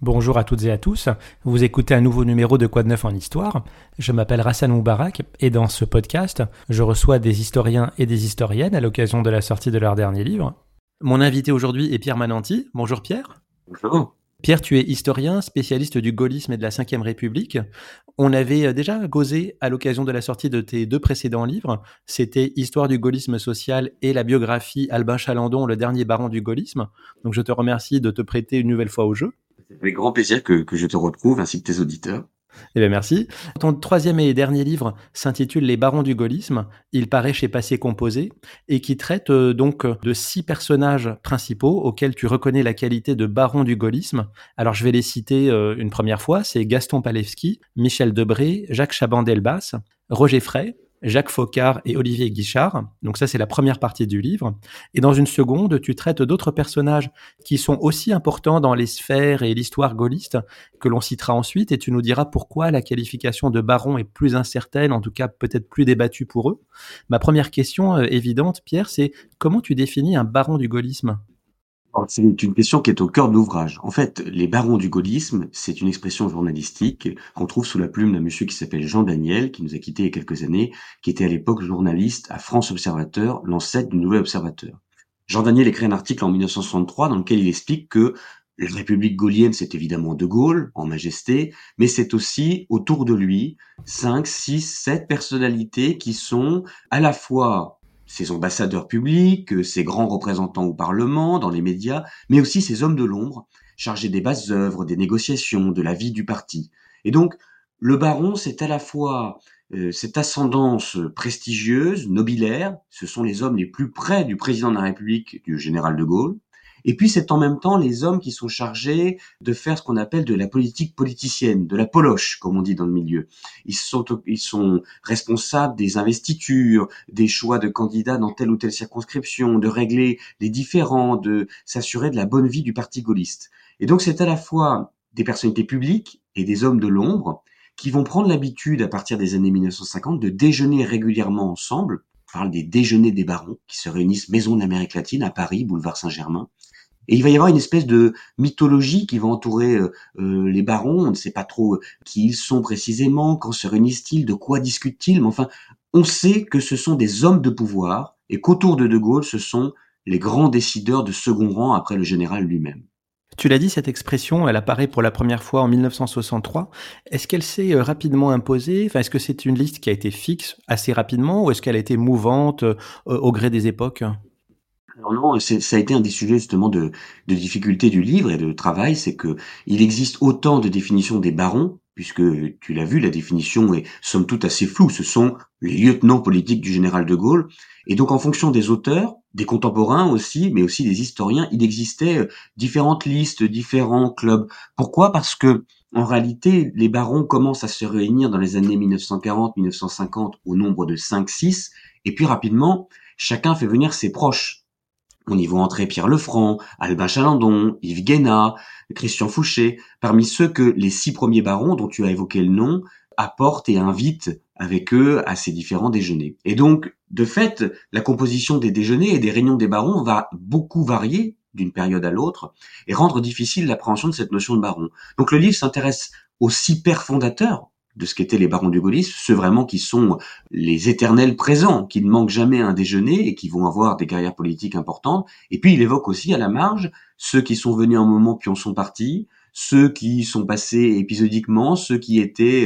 Bonjour à toutes et à tous, vous écoutez un nouveau numéro de Quoi de neuf en histoire. Je m'appelle Rassan Moubarak et dans ce podcast, je reçois des historiens et des historiennes à l'occasion de la sortie de leur dernier livre. Mon invité aujourd'hui est Pierre Mananti. Bonjour Pierre. Bonjour. Pierre, tu es historien, spécialiste du gaullisme et de la Ve République. On avait déjà causé à l'occasion de la sortie de tes deux précédents livres. C'était Histoire du gaullisme social et la biographie Albin Chalandon, le dernier baron du gaullisme. Donc je te remercie de te prêter une nouvelle fois au jeu. C'est avec grand plaisir que je te retrouve, ainsi que tes auditeurs. Eh bien, merci. Ton troisième et dernier livre s'intitule Les barons du gaullisme. Il paraît chez Passé Composé et qui traite donc de 6 personnages principaux auxquels tu reconnais la qualité de baron du gaullisme. Alors, je vais les citer une première fois. C'est Gaston Palevski, Michel Debré, Jacques Chaban-Delbas, Roger Frey, Jacques Faucard et Olivier Guichard. Donc ça, c'est la première partie du livre. Et dans une seconde, tu traites d'autres personnages qui sont aussi importants dans les sphères et l'histoire gaulliste que l'on citera ensuite, et tu nous diras pourquoi la qualification de baron est plus incertaine, en tout cas peut-être plus débattue pour eux. Ma première question évidente, Pierre, c'est comment tu définis un baron du gaullisme ? Alors, c'est une question qui est au cœur de l'ouvrage. En fait, les barons du gaullisme, c'est une expression journalistique qu'on trouve sous la plume d'un monsieur qui s'appelle Jean Daniel, qui nous a quittés il y a quelques années, qui était à l'époque journaliste à France Observateur, l'ancêtre du Nouvel Observateur. Jean Daniel écrit un article en 1963 dans lequel il explique que la République gaulienne, c'est évidemment De Gaulle, en majesté, mais c'est aussi, autour de lui, 5, 6, 7 personnalités qui sont à la fois ses ambassadeurs publics, ses grands représentants au Parlement, dans les médias, mais aussi ses hommes de l'ombre, chargés des basses œuvres, des négociations, de la vie du parti. Et donc, le baron, c'est à la fois cette ascendance prestigieuse, nobilaire, ce sont les hommes les plus près du président de la République, du général de Gaulle, et puis c'est en même temps les hommes qui sont chargés de faire ce qu'on appelle de la politique politicienne, de la poloche, comme on dit dans le milieu. Ils sont responsables des investitures, des choix de candidats dans telle ou telle circonscription, de régler les différends, de s'assurer de la bonne vie du parti gaulliste. Et donc c'est à la fois des personnalités publiques et des hommes de l'ombre qui vont prendre l'habitude, à partir des années 1950, de déjeuner régulièrement ensemble. On parle des déjeuners des barons, qui se réunissent Maison de l'Amérique latine, à Paris, boulevard Saint-Germain. Et il va y avoir une espèce de mythologie qui va entourer les barons. On ne sait pas trop qui ils sont précisément, quand se réunissent-ils, de quoi discutent-ils. Mais enfin, on sait que ce sont des hommes de pouvoir et qu'autour de Gaulle, ce sont les grands décideurs de second rang après le général lui-même. Tu l'as dit, cette expression, elle apparaît pour la première fois en 1963. Est-ce qu'elle s'est rapidement imposée ? Est-ce que c'est une liste qui a été fixe assez rapidement ou est-ce qu'elle a été mouvante au gré des époques ? Alors non, ça a été un des sujets justement de difficulté du livre et de travail, c'est que il existe autant de définitions des barons, puisque tu l'as vu, la définition est somme toute assez floue. Ce sont les lieutenants politiques du général de Gaulle. Et donc en fonction des auteurs, des contemporains aussi, mais aussi des historiens, il existait différentes listes, différents clubs. Pourquoi ? Parce que en réalité, les barons commencent à se réunir dans les années 1940-1950 au nombre de 5-6, et puis rapidement, chacun fait venir ses proches. On y voit entrer Pierre Lefranc, Albin Chalandon, Yves Guénat, Christian Fouché, parmi ceux que les 6 premiers barons, dont tu as évoqué le nom, apportent et invitent avec eux à ces différents déjeuners. Et donc, de fait, la composition des déjeuners et des réunions des barons va beaucoup varier d'une période à l'autre et rendre difficile l'appréhension de cette notion de baron. Donc le livre s'intéresse aux 6 pères fondateurs de ce qu'étaient les barons du gaullisme, ceux vraiment qui sont les éternels présents, qui ne manquent jamais à un déjeuner et qui vont avoir des carrières politiques importantes. Et puis il évoque aussi à la marge ceux qui sont venus un moment puis en sont partis, ceux qui sont passés épisodiquement, ceux qui étaient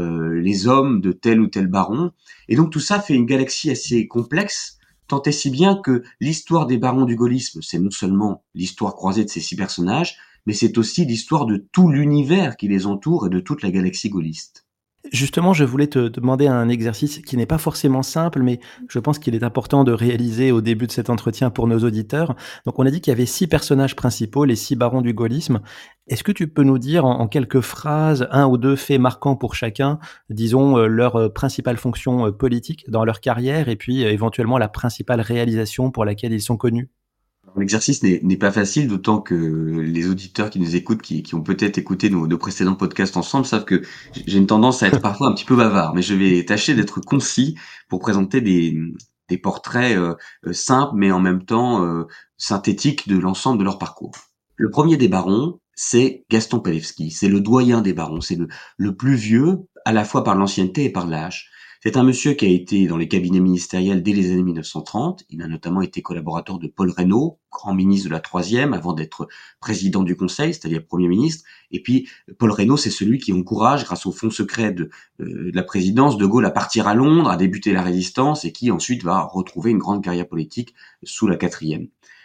les hommes de tel ou tel baron. Et donc tout ça fait une galaxie assez complexe, tant et si bien que l'histoire des barons du gaullisme, c'est non seulement l'histoire croisée de ces 6 personnages, mais c'est aussi l'histoire de tout l'univers qui les entoure et de toute la galaxie gaulliste. Justement, je voulais te demander un exercice qui n'est pas forcément simple, mais je pense qu'il est important de réaliser au début de cet entretien pour nos auditeurs. Donc, on a dit qu'il y avait 6 personnages principaux, les 6 barons du gaullisme. Est-ce que tu peux nous dire en quelques phrases, 1 ou 2 faits marquants pour chacun, disons leur principale fonction politique dans leur carrière et puis éventuellement la principale réalisation pour laquelle ils sont connus ? L'exercice n'est pas facile, d'autant que les auditeurs qui nous écoutent, qui ont peut-être écouté nos précédents podcasts ensemble, savent que j'ai une tendance à être parfois un petit peu bavard, mais je vais tâcher d'être concis pour présenter des portraits simples, mais en même temps synthétiques de l'ensemble de leur parcours. Le premier des barons, c'est Gaston Palevski. C'est le doyen des barons. C'est le plus vieux, à la fois par l'ancienneté et par l'âge. C'est un monsieur qui a été dans les cabinets ministériels dès les années 1930. Il a notamment été collaborateur de Paul Reynaud, grand ministre de la Troisième, avant d'être président du Conseil, c'est-à-dire Premier ministre. Et puis, Paul Reynaud, c'est celui qui encourage, grâce au fonds secret de la présidence, De Gaulle à partir à Londres, à débuter la résistance, et qui ensuite va retrouver une grande carrière politique sous la quatrième.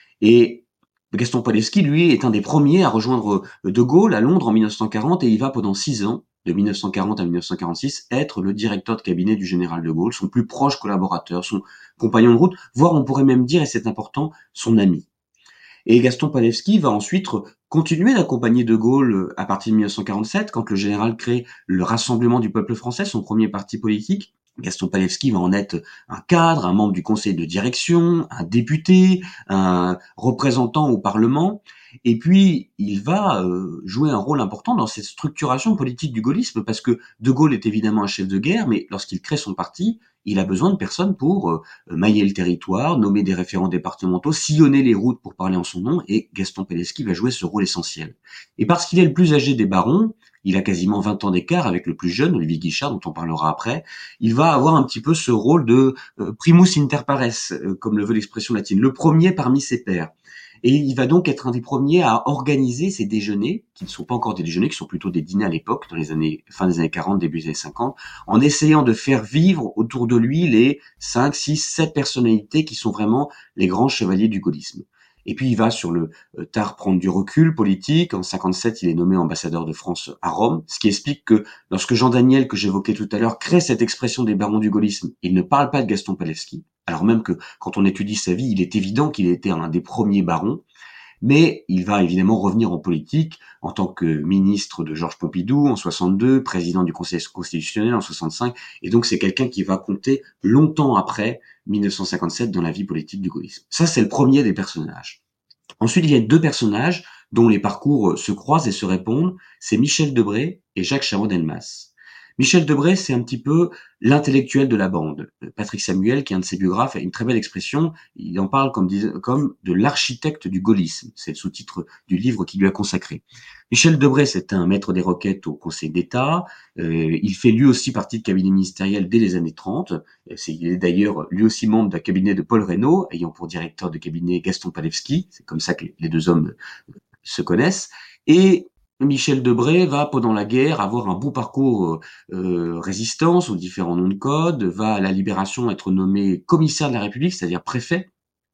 Et Gaston Paderewski, lui, est un des premiers à rejoindre De Gaulle à Londres en 1940 et il va pendant 6 ans, de 1940 à 1946, être le directeur de cabinet du général de Gaulle, son plus proche collaborateur, son compagnon de route, voire on pourrait même dire, et c'est important, son ami. Et Gaston Paderewski va ensuite continuer d'accompagner De Gaulle à partir de 1947, quand le général crée le Rassemblement du peuple français, son premier parti politique. Gaston Paderewski va en être un cadre, un membre du conseil de direction, un député, un représentant au Parlement. Et puis, il va jouer un rôle important dans cette structuration politique du gaullisme, parce que De Gaulle est évidemment un chef de guerre, mais lorsqu'il crée son parti, il a besoin de personnes pour mailler le territoire, nommer des référents départementaux, sillonner les routes pour parler en son nom, et Gaston Paderewski va jouer ce rôle essentiel. Et parce qu'il est le plus âgé des barons, il a quasiment 20 ans d'écart avec le plus jeune, Olivier Guichard, dont on parlera après, il va avoir un petit peu ce rôle de primus inter pares, comme le veut l'expression latine, le premier parmi ses pairs. Et il va donc être un des premiers à organiser ces déjeuners, qui ne sont pas encore des déjeuners, qui sont plutôt des dîners à l'époque, dans les années, fin des années 40, début des années 50, en essayant de faire vivre autour de lui les 5, 6, 7 personnalités qui sont vraiment les grands chevaliers du gaullisme. Et puis il va sur le tard prendre du recul politique. En 57, il est nommé ambassadeur de France à Rome, ce qui explique que lorsque Jean Daniel, que j'évoquais tout à l'heure, crée cette expression des barons du gaullisme, il ne parle pas de Gaston Paderewski, alors même que quand on étudie sa vie, il est évident qu'il était un des premiers barons. Mais il va évidemment revenir en politique en tant que ministre de Georges Pompidou en 62, président du Conseil constitutionnel en 65, et donc c'est quelqu'un qui va compter longtemps après 1957 dans la vie politique du gaullisme. Ça, c'est le premier des personnages. Ensuite, il y a deux personnages dont les parcours se croisent et se répondent, c'est Michel Debré et Jacques Chaban-Delmas. Michel Debré, c'est un petit peu l'intellectuel de la bande. Patrick Samuel, qui est un de ses biographes, a une très belle expression. Il en parle comme de l'architecte du gaullisme. C'est le sous-titre du livre qu'il lui a consacré. Michel Debré, c'est un maître des requêtes au Conseil d'État. Il fait lui aussi partie de cabinet ministériel dès les années 30. Il est d'ailleurs lui aussi membre d'un cabinet de Paul Reynaud, ayant pour directeur de cabinet Gaston Paderewski. C'est comme ça que les deux hommes se connaissent. Et Michel Debré va, pendant la guerre, avoir un beau parcours résistance aux différents noms de code, va à la Libération être nommé commissaire de la République, c'est-à-dire préfet.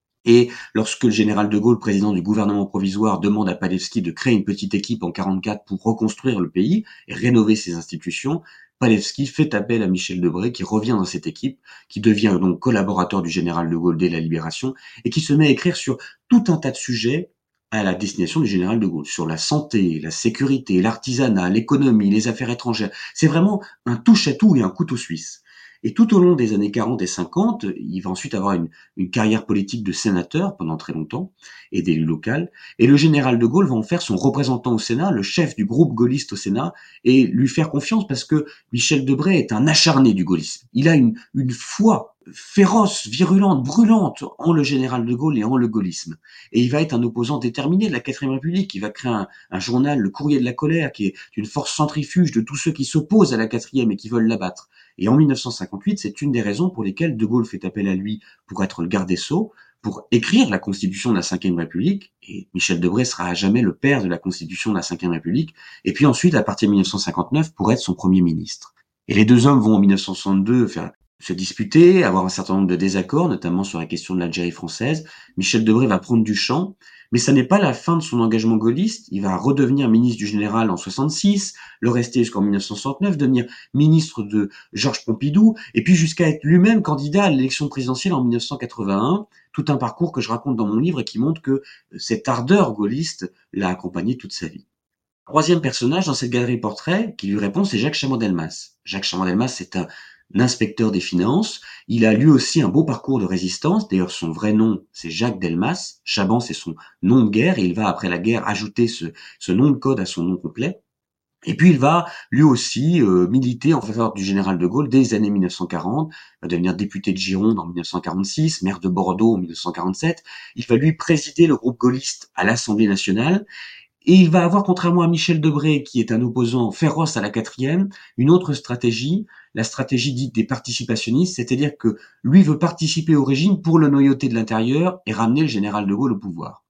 Et lorsque le général de Gaulle, président du gouvernement provisoire, demande à Paderewski de créer une petite équipe en 44 pour reconstruire le pays et rénover ses institutions, Paderewski fait appel à Michel Debré, qui revient dans cette équipe, qui devient donc collaborateur du général de Gaulle dès la Libération, et qui se met à écrire sur tout un tas de sujets à la destination du général de Gaulle, sur la santé, la sécurité, l'artisanat, l'économie, les affaires étrangères. C'est vraiment un touche-à-tout et un couteau suisse. Et tout au long des années 40 et 50, il va ensuite avoir une carrière politique de sénateur pendant très longtemps et d'élu local. Et le général de Gaulle va en faire son représentant au Sénat, le chef du groupe gaulliste au Sénat, et lui faire confiance parce que Michel Debré est un acharné du gaullisme. Il a une foi féroce, virulente, brûlante en le général de Gaulle et en le gaullisme. Et il va être un opposant déterminé de la 4ème République. Il va créer un journal, le Courrier de la colère, qui est une force centrifuge de tous ceux qui s'opposent à la 4ème et qui veulent l'abattre. Et en 1958, c'est une des raisons pour lesquelles De Gaulle fait appel à lui pour être le garde des Sceaux, pour écrire la Constitution de la 5ème République. Et Michel Debré sera à jamais le père de la Constitution de la 5ème République. Et puis ensuite, à partir de 1959, pour être son Premier ministre. Et les deux hommes vont en 1962 se disputer, avoir un certain nombre de désaccords, notamment sur la question de l'Algérie française. Michel Debré va prendre du champ, mais ça n'est pas la fin de son engagement gaulliste. Il va redevenir ministre du Général en 66, le rester jusqu'en 1969, devenir ministre de Georges Pompidou, et puis jusqu'à être lui-même candidat à l'élection présidentielle en 1981. Tout un parcours que je raconte dans mon livre et qui montre que cette ardeur gaulliste l'a accompagné toute sa vie. Troisième personnage dans cette galerie portrait qui lui répond, c'est Jacques Chaban-Delmas. Jacques Chaban-Delmas, c'est un inspecteur des finances. Il a lui aussi un beau parcours de résistance. D'ailleurs, son vrai nom, c'est Jacques Delmas. Chaban, c'est son nom de guerre. Et il va, après la guerre, ajouter ce nom de code à son nom complet. Et puis il va lui aussi militer en faveur du général de Gaulle dès les années 1940, va devenir député de Gironde en 1946, maire de Bordeaux en 1947. Il va lui présider le groupe gaulliste à l'Assemblée nationale. Et il va avoir, contrairement à Michel Debré, qui est un opposant féroce à la quatrième, une autre stratégie, la stratégie dite des participationnistes, c'est-à-dire que lui veut participer au régime pour le noyauter de l'intérieur et ramener le général de Gaulle au pouvoir.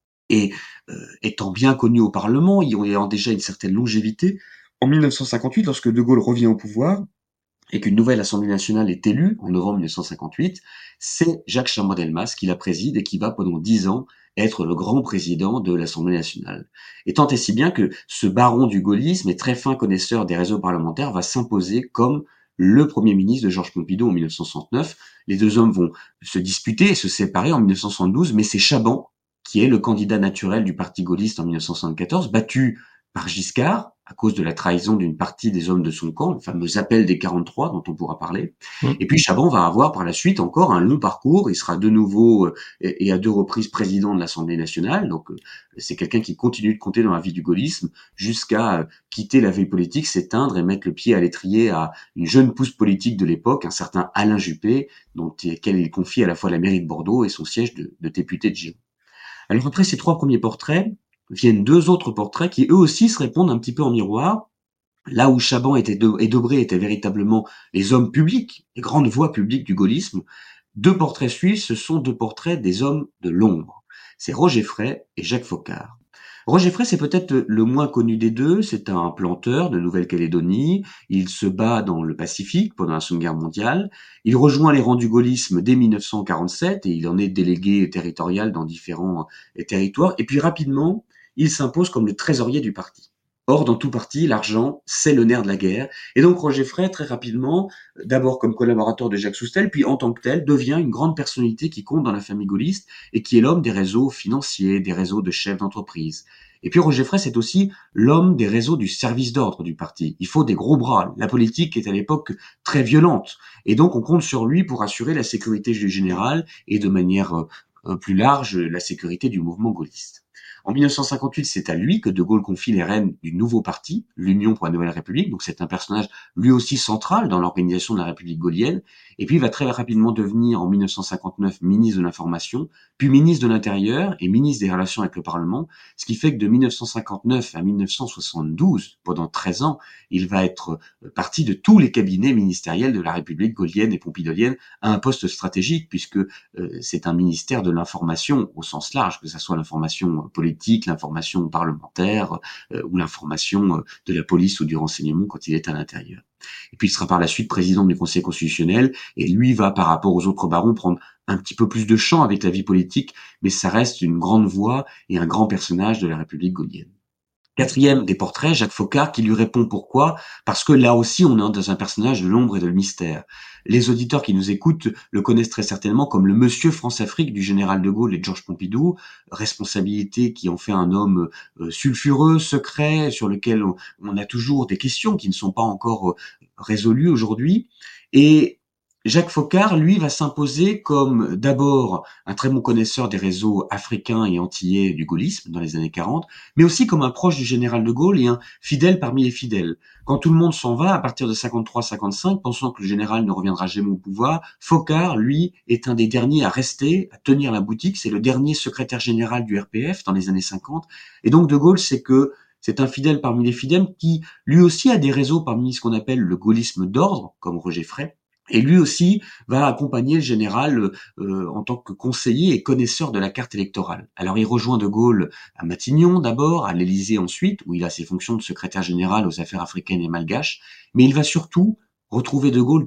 Et étant bien connu au Parlement, ayant déjà une certaine longévité, en 1958, lorsque de Gaulle revient au pouvoir et qu'une nouvelle Assemblée nationale est élue en novembre 1958, c'est Jacques Chaban-Delmas qui la préside et qui va pendant 10 ans être le grand président de l'Assemblée nationale. Et tant et si bien que ce baron du gaullisme et très fin connaisseur des réseaux parlementaires va s'imposer comme le premier ministre de Georges Pompidou en 1969. Les deux hommes vont se disputer et se séparer en 1972, mais c'est Chaban qui est le candidat naturel du parti gaulliste en 1974, battu par Giscard, à cause de la trahison d'une partie des hommes de son camp, le fameux appel des 43 dont on pourra parler. Mm. Et puis Chaban va avoir par la suite encore un long parcours, il sera de nouveau et à deux reprises président de l'Assemblée nationale, donc c'est quelqu'un qui continue de compter dans la vie du gaullisme jusqu'à quitter la vie politique, s'éteindre et mettre le pied à l'étrier à une jeune pousse politique de l'époque, un certain Alain Juppé, auquel il confie à la fois la mairie de Bordeaux et son siège de député de Gironde. Alors après ces trois premiers portraits, viennent deux autres portraits qui eux aussi se répondent un petit peu en miroir. Là où Chaban et Debré étaient véritablement les hommes publics, les grandes voix publiques du gaullisme, deux portraits suisses, ce sont deux portraits des hommes de l'ombre. C'est Roger Frey et Jacques Foccart. Roger Frey, c'est peut-être le moins connu des deux. C'est un planteur de Nouvelle-Calédonie. Il se bat dans le Pacifique pendant la Seconde Guerre mondiale. Il rejoint les rangs du gaullisme dès 1947 et il en est délégué territorial dans différents territoires. Et puis rapidement, il s'impose comme le trésorier du parti. Or, dans tout parti, l'argent, c'est le nerf de la guerre. Et donc, Roger Frey, très rapidement, d'abord comme collaborateur de Jacques Soustel, puis en tant que tel, devient une grande personnalité qui compte dans la famille gaulliste et qui est l'homme des réseaux financiers, des réseaux de chefs d'entreprise. Et puis Roger Frey, c'est aussi l'homme des réseaux du service d'ordre du parti. Il faut des gros bras. La politique est à l'époque très violente. Et donc, on compte sur lui pour assurer la sécurité du général et de manière plus large, la sécurité du mouvement gaulliste. En 1958, c'est à lui que De Gaulle confie les rênes du nouveau parti, l'Union pour la Nouvelle République. Donc c'est un personnage lui aussi central dans l'organisation de la République gaulienne. Et puis il va très rapidement devenir en 1959 ministre de l'Information, puis ministre de l'Intérieur et ministre des Relations avec le Parlement. Ce qui fait que de 1959 à 1972, pendant 13 ans, il va être partie de tous les cabinets ministériels de la République gaulienne et pompidolienne à un poste stratégique, puisque c'est un ministère de l'information au sens large, que ce soit l'information politique, l'information parlementaire ou l'information de la police ou du renseignement quand il est à l'intérieur. Et puis il sera par la suite président du Conseil constitutionnel et lui va par rapport aux autres barons prendre un petit peu plus de champ avec la vie politique, mais ça reste une grande voix et un grand personnage de la République gaulienne. Quatrième des portraits, Jacques Foccart, qui lui répond pourquoi. Parce que là aussi, on est dans un personnage de l'ombre et de le mystère. Les auditeurs qui nous écoutent le connaissent très certainement comme le monsieur France-Afrique du général de Gaulle et de Georges Pompidou, responsabilité qui en fait un homme sulfureux, secret, sur lequel on a toujours des questions qui ne sont pas encore résolues aujourd'hui. Et Jacques Foccart, lui, va s'imposer comme d'abord un très bon connaisseur des réseaux africains et antillais du gaullisme dans les années 40, mais aussi comme un proche du général de Gaulle et un fidèle parmi les fidèles. Quand tout le monde s'en va, à partir de 53-55, pensant que le général ne reviendra jamais au pouvoir, Foccart, lui, est un des derniers à rester, à tenir la boutique. C'est le dernier secrétaire général du RPF dans les années 50. Et donc de Gaulle, c'est un fidèle parmi les fidèles qui, lui aussi, a des réseaux parmi ce qu'on appelle le gaullisme d'ordre, comme Roger Frey. Et lui aussi va accompagner le général en tant que conseiller et connaisseur de la carte électorale. Alors il rejoint De Gaulle à Matignon d'abord, à l'Élysée ensuite, où il a ses fonctions de secrétaire général aux affaires africaines et malgaches, mais il va surtout retrouver De Gaulle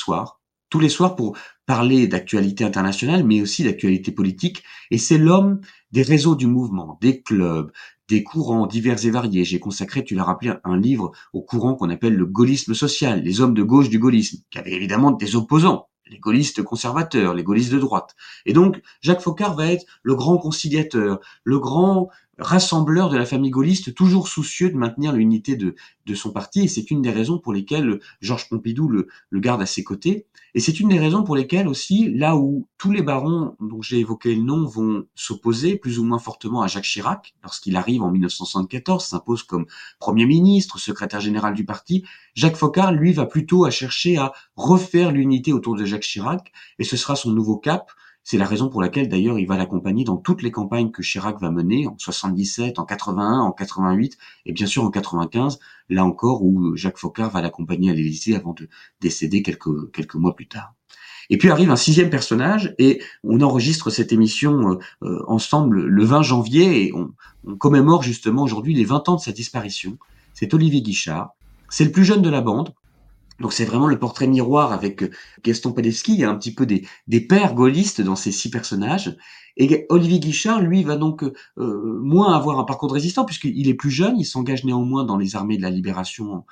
tous les soirs pour parler d'actualité internationale, mais aussi d'actualité politique, et c'est l'homme des réseaux du mouvement, des clubs, des courants divers et variés. J'ai consacré, tu l'as rappelé, un livre au courant qu'on appelle le gaullisme social, les hommes de gauche du gaullisme, qui avaient évidemment des opposants, les gaullistes conservateurs, les gaullistes de droite. Et donc, Jacques Foccart va être le grand conciliateur, le grand rassembleur de la famille gaulliste, toujours soucieux de maintenir l'unité de son parti, et c'est une des raisons pour lesquelles Georges Pompidou le garde à ses côtés. Et c'est une des raisons pour lesquelles aussi, là où tous les barons dont j'ai évoqué le nom vont s'opposer plus ou moins fortement à Jacques Chirac, lorsqu'il arrive en 1974, s'impose comme Premier ministre, secrétaire général du parti, Jacques Foccart, lui, va plutôt à chercher à refaire l'unité autour de Jacques Chirac, et ce sera son nouveau cap. C'est la raison pour laquelle, d'ailleurs, il va l'accompagner dans toutes les campagnes que Chirac va mener, en 77, en 81, en 88, et bien sûr en 95, là encore, où Jacques Foccart va l'accompagner à l'Élysée avant de décéder quelques mois plus tard. Et puis arrive un sixième personnage, et on enregistre cette émission ensemble le 20 janvier, et on commémore justement aujourd'hui les 20 ans de sa disparition. C'est Olivier Guichard. C'est le plus jeune de la bande. Donc c'est vraiment le portrait miroir avec Gaston Paderewski. Il y a un petit peu des pères gaullistes dans ces 6 personnages. Et Olivier Guichard, lui, va donc moins avoir un parcours de résistant, puisqu'il est plus jeune. Il s'engage néanmoins dans les armées de la Libération en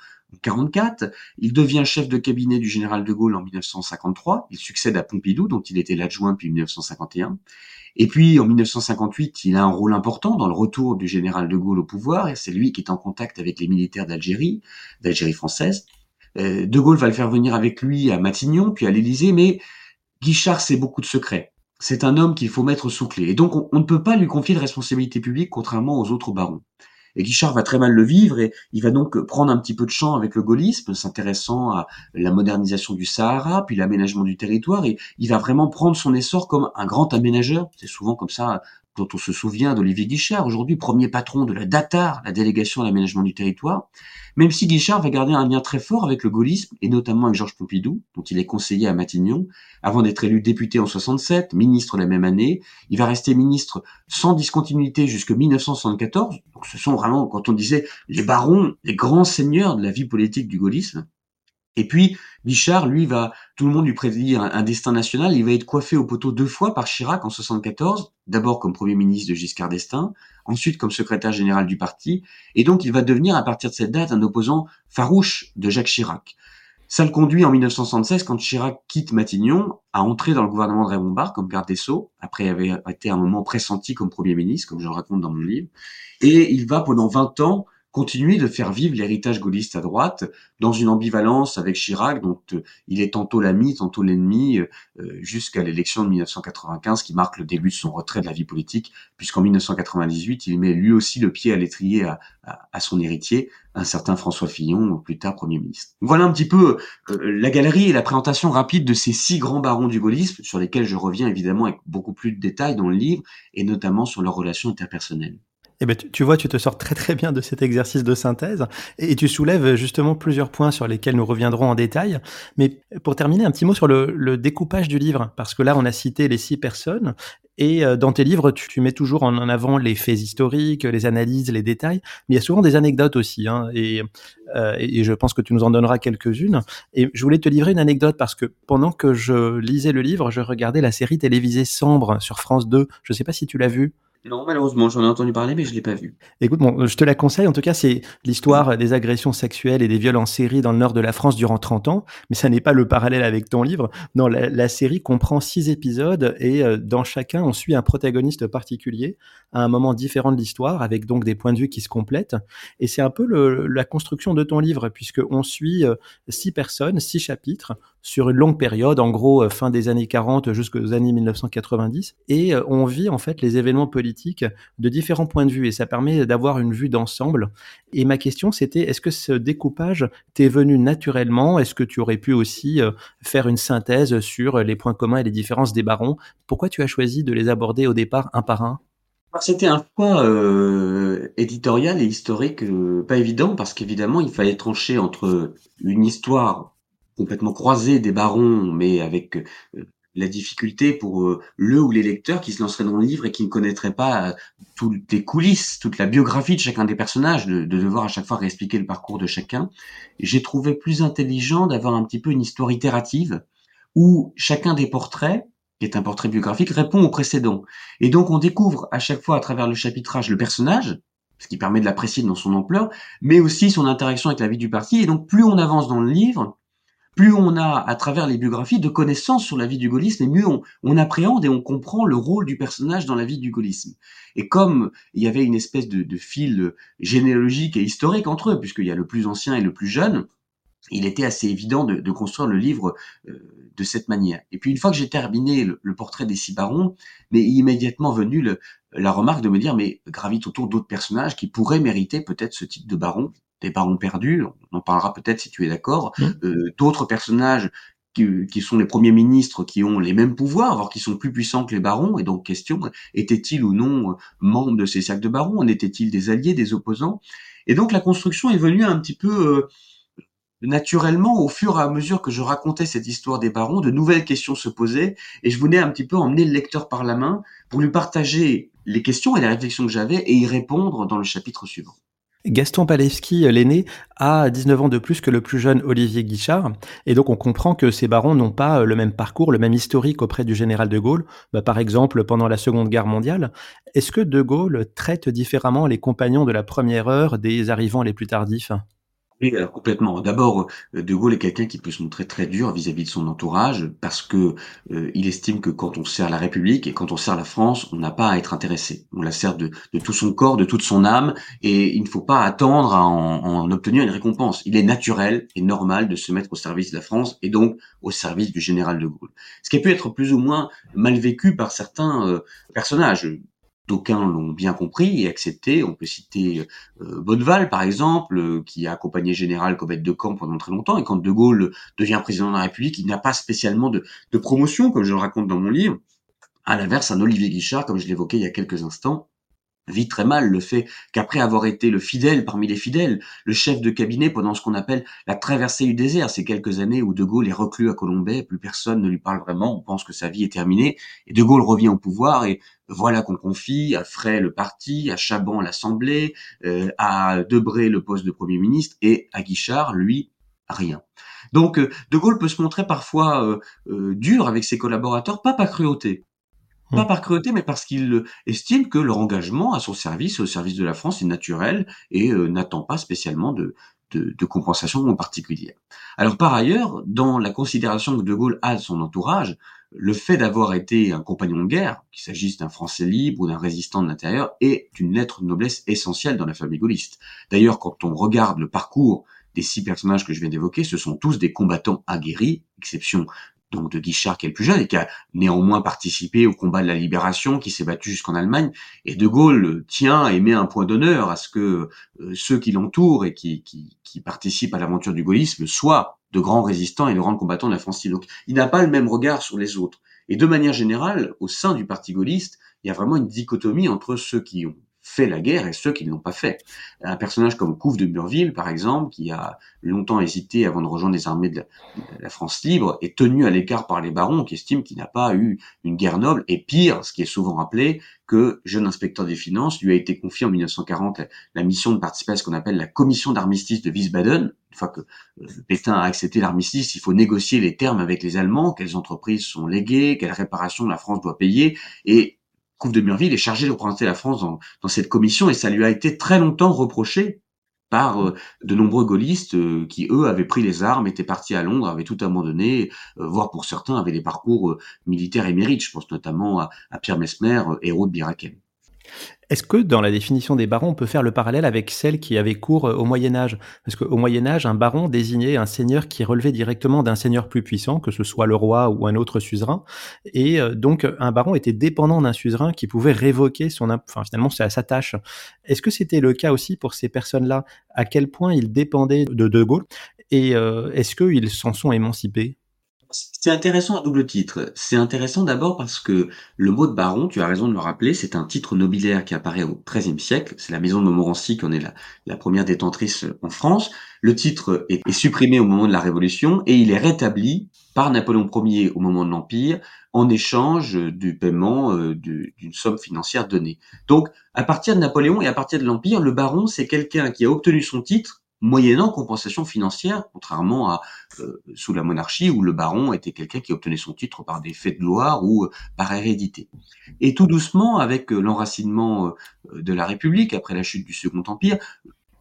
44. Il devient chef de cabinet du général de Gaulle en 1953. Il succède à Pompidou, dont il était l'adjoint depuis 1951. Et puis, en 1958, il a un rôle important dans le retour du général de Gaulle au pouvoir. Et c'est lui qui est en contact avec les militaires d'Algérie française. De Gaulle va le faire venir avec lui à Matignon, puis à l'Élysée, mais Guichard sait beaucoup de secrets. C'est un homme qu'il faut mettre sous clé. Et donc, on ne peut pas lui confier de responsabilité publique, contrairement aux autres barons. Et Guichard va très mal le vivre, et il va donc prendre un petit peu de champ avec le gaullisme, s'intéressant à la modernisation du Sahara, puis l'aménagement du territoire, et il va vraiment prendre son essor comme un grand aménageur. C'est souvent comme ça dont on se souvient d'Olivier Guichard, aujourd'hui premier patron de la DATAR, la délégation à l'aménagement du territoire, même si Guichard va garder un lien très fort avec le gaullisme, et notamment avec Georges Pompidou, dont il est conseiller à Matignon, avant d'être élu député en 67, ministre la même année. Il va rester ministre sans discontinuité jusqu'en 1974. Donc ce sont vraiment, quand on disait les barons, les grands seigneurs de la vie politique du gaullisme. Et puis, Guichard, lui, tout le monde lui prédit un destin national. Il va être coiffé au poteau 2 fois par Chirac en 74, d'abord comme Premier ministre de Giscard d'Estaing, ensuite comme secrétaire général du parti. Et donc, il va devenir, à partir de cette date, un opposant farouche de Jacques Chirac. Ça le conduit en 1976, quand Chirac quitte Matignon, à entrer dans le gouvernement de Raymond Barre comme garde des Sceaux, après avoir été un moment pressenti comme Premier ministre, comme je le raconte dans mon livre. Et il va, pendant 20 ans, continuer de faire vivre l'héritage gaulliste à droite, dans une ambivalence avec Chirac, dont il est tantôt l'ami, tantôt l'ennemi, jusqu'à l'élection de 1995, qui marque le début de son retrait de la vie politique, puisqu'en 1998, il met lui aussi le pied à l'étrier à son héritier, un certain François Fillon, plus tard Premier ministre. Voilà un petit peu la galerie et la présentation rapide de ces 6 grands barons du gaullisme, sur lesquels je reviens évidemment avec beaucoup plus de détails dans le livre, et notamment sur leurs relations interpersonnelles. Eh ben, tu vois, tu te sors très très bien de cet exercice de synthèse et tu soulèves justement plusieurs points sur lesquels nous reviendrons en détail. Mais pour terminer, un petit mot sur le découpage du livre, parce que là, on a cité les 6 personnes et dans tes livres, tu mets toujours en avant les faits historiques, les analyses, les détails, mais il y a souvent des anecdotes aussi, hein, et je pense que tu nous en donneras quelques-unes. Et je voulais te livrer une anecdote parce que pendant que je lisais le livre, je regardais la série télévisée Sambre sur France 2. Je ne sais pas si tu l'as vue. Non, malheureusement, j'en ai entendu parler, mais je l'ai pas vu. Écoute, bon, je te la conseille. En tout cas, c'est l'histoire des agressions sexuelles et des viols en série dans le nord de la France durant 30 ans. Mais ça n'est pas le parallèle avec ton livre. Non, la série comprend 6 épisodes et dans chacun, on suit un protagoniste particulier à un moment différent de l'histoire, avec donc des points de vue qui se complètent. Et c'est un peu la construction de ton livre, puisque on suit 6 personnes, 6 chapitres sur une longue période, en gros fin des années 40 jusqu'aux années 1990. Et on vit en fait les événements politiques de différents points de vue et ça permet d'avoir une vue d'ensemble. Et ma question, c'était, est-ce que ce découpage t'est venu naturellement? Est-ce que tu aurais pu aussi faire une synthèse sur les points communs et les différences des barons? Pourquoi tu as choisi de les aborder au départ un par un? C'était un choix éditorial et historique pas évident, parce qu'évidemment, il fallait trancher entre une histoire complètement croisée des barons, mais avec la difficulté pour le ou les lecteurs qui se lanceraient dans le livre et qui ne connaîtraient pas toutes les coulisses, toute la biographie de chacun des personnages, de devoir à chaque fois réexpliquer le parcours de chacun. Et j'ai trouvé plus intelligent d'avoir un petit peu une histoire itérative où chacun des portraits, qui est un portrait biographique, répond au précédent. Et donc on découvre à chaque fois à travers le chapitrage le personnage, ce qui permet de l'apprécier dans son ampleur, mais aussi son interaction avec la vie du parti. Et donc plus on avance dans le livre, plus on a, à travers les biographies, de connaissances sur la vie du gaullisme, et mieux on appréhende et on comprend le rôle du personnage dans la vie du gaullisme. Et comme il y avait une espèce de fil généalogique et historique entre eux, puisqu'il y a le plus ancien et le plus jeune, il était assez évident de construire le livre de cette manière. Et puis une fois que j'ai terminé le portrait des 6 barons, mais immédiatement venu la remarque de me dire, mais gravite autour d'autres personnages qui pourraient mériter peut-être ce type de baron, des barons perdus, on en parlera peut-être si tu es d'accord, Mmh. d'autres personnages qui sont les premiers ministres qui ont les mêmes pouvoirs, voire qui sont plus puissants que les barons, et donc question, étaient-ils ou non membres de ces cercles de barons, en étaient-ils des alliés, des opposants? Et donc la construction est venue un petit peu naturellement, au fur et à mesure que je racontais cette histoire des barons, de nouvelles questions se posaient et je voulais un petit peu emmener le lecteur par la main pour lui partager les questions et les réflexions que j'avais et y répondre dans le chapitre suivant. Gaston Palevski, l'aîné, a 19 ans de plus que le plus jeune Olivier Guichard, et donc on comprend que ces barons n'ont pas le même parcours, le même historique auprès du général de Gaulle, par exemple pendant la Seconde Guerre mondiale. Est-ce que de Gaulle traite différemment les compagnons de la première heure des arrivants les plus tardifs? Oui, alors complètement. D'abord, De Gaulle est quelqu'un qui peut se montrer très dur vis-à-vis de son entourage parce que il estime que quand on sert la République et quand on sert la France, on n'a pas à être intéressé. On la sert de tout son corps, de toute son âme, et il ne faut pas attendre à en obtenir une récompense. Il est naturel et normal de se mettre au service de la France et donc au service du général de Gaulle. Ce qui a pu être plus ou moins mal vécu par certains personnages. D'aucuns l'ont bien compris et accepté. On peut citer Bonneval, par exemple, qui a accompagné Général Cobbett de Camp pendant très longtemps. Et quand De Gaulle devient président de la République, il n'a pas spécialement de promotion, comme je le raconte dans mon livre. À l'inverse, un Olivier Guichard, comme je l'évoquais il y a quelques instants, vit très mal le fait qu'après avoir été le fidèle parmi les fidèles, le chef de cabinet pendant ce qu'on appelle la traversée du désert, ces quelques années où De Gaulle est reclus à Colombey, plus personne ne lui parle vraiment, on pense que sa vie est terminée, et De Gaulle revient au pouvoir, et voilà qu'on confie à Frey le parti, à Chaban l'Assemblée, à Debré le poste de Premier ministre, et à Guichard, lui, rien. Donc De Gaulle peut se montrer parfois dur avec ses collaborateurs, pas par cruauté, Mmh. pas par cruauté, mais parce qu'il estime que leur engagement à son service, au service de la France, est naturel et n'attend pas spécialement de compensation particulière. Alors par ailleurs, dans la considération que De Gaulle a de son entourage, le fait d'avoir été un compagnon de guerre, qu'il s'agisse d'un Français libre ou d'un résistant de l'intérieur, est une lettre de noblesse essentielle dans la famille gaulliste. D'ailleurs, quand on regarde le parcours des 6 personnages que je viens d'évoquer, ce sont tous des combattants aguerris, exception donc de Guichard qui est le plus jeune et qui a néanmoins participé au combat de la libération, qui s'est battu jusqu'en Allemagne. Et De Gaulle tient et met un point d'honneur à ce que ceux qui l'entourent et qui participent à l'aventure du gaullisme soient de grands résistants et de grands combattants de la France. Donc il n'a pas le même regard sur les autres. Et de manière générale, au sein du parti gaulliste, il y a vraiment une dichotomie entre ceux qui ont fait la guerre et ceux qui ne l'ont pas fait. Un personnage comme Couve de Murville, par exemple, qui a longtemps hésité avant de rejoindre les armées de la France libre, est tenu à l'écart par les barons qui estiment qu'il n'a pas eu une guerre noble, et pire, ce qui est souvent rappelé, que jeune inspecteur des finances, lui a été confié en 1940 la mission de participer à ce qu'on appelle la commission d'armistice de Wiesbaden. Une fois que Pétain a accepté l'armistice, il faut négocier les termes avec les Allemands, quelles entreprises sont léguées, quelles réparations la France doit payer, et Couve de Murville est chargé de représenter la France dans cette commission, et ça lui a été très longtemps reproché par de nombreux gaullistes qui, eux, avaient pris les armes, étaient partis à Londres, avaient tout abandonné, voire pour certains avaient des parcours militaires émérites. Je pense notamment à Pierre Messmer, héros de Bir Hakeim. Est-ce que dans la définition des barons, on peut faire le parallèle avec celle qui avait cours au Moyen Âge? Parce qu'au Moyen Âge, un baron désignait un seigneur qui relevait directement d'un seigneur plus puissant, que ce soit le roi ou un autre suzerain. Et donc, un baron était dépendant d'un suzerain qui pouvait révoquer enfin, finalement, sa tâche. Est-ce que c'était le cas aussi pour ces personnes-là? À quel point ils dépendaient de Gaulle? Et est-ce qu'ils s'en sont émancipés? C'est intéressant à double titre. C'est intéressant d'abord parce que le mot de baron, tu as raison de le rappeler, c'est un titre nobiliaire qui apparaît au XIIIe siècle. C'est la maison de Montmorency qui en est la première détentrice en France. Le titre est supprimé au moment de la Révolution et il est rétabli par Napoléon Ier au moment de l'Empire en échange du paiement d'une somme financière donnée. Donc, à partir de Napoléon et à partir de l'Empire, le baron, c'est quelqu'un qui a obtenu son titre moyennant compensation financière, contrairement à sous la monarchie où le baron était quelqu'un qui obtenait son titre par des faits de gloire ou par hérédité. Et tout doucement, avec l'enracinement de la République après la chute du Second Empire,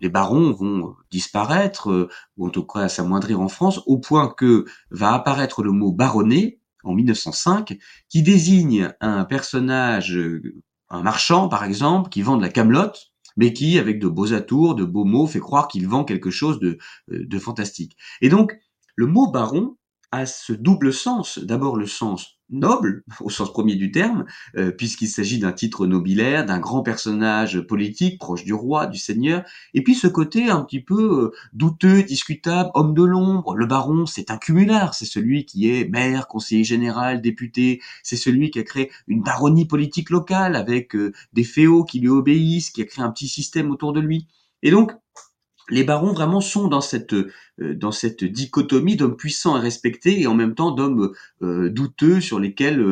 les barons vont disparaître, ou en tout cas s'amoindrir en France, au point que va apparaître le mot baronnet en 1905, qui désigne un personnage, un marchand par exemple, qui vend de la camelote, mais qui, avec de beaux atours, de beaux mots, fait croire qu'il vend quelque chose de fantastique. Et donc, le mot baron a ce double sens. D'abord le sens noble, au sens premier du terme, puisqu'il s'agit d'un titre nobilaire, d'un grand personnage politique proche du roi, du seigneur, et puis ce côté un petit peu douteux, discutable, homme de l'ombre. Le baron, c'est un cumulard, c'est celui qui est maire, conseiller général, député, c'est celui qui a créé une baronnie politique locale avec des féaux qui lui obéissent, qui a créé un petit système autour de lui. Et donc, les barons vraiment sont dans cette dichotomie d'hommes puissants et respectés et en même temps d'hommes douteux sur lesquels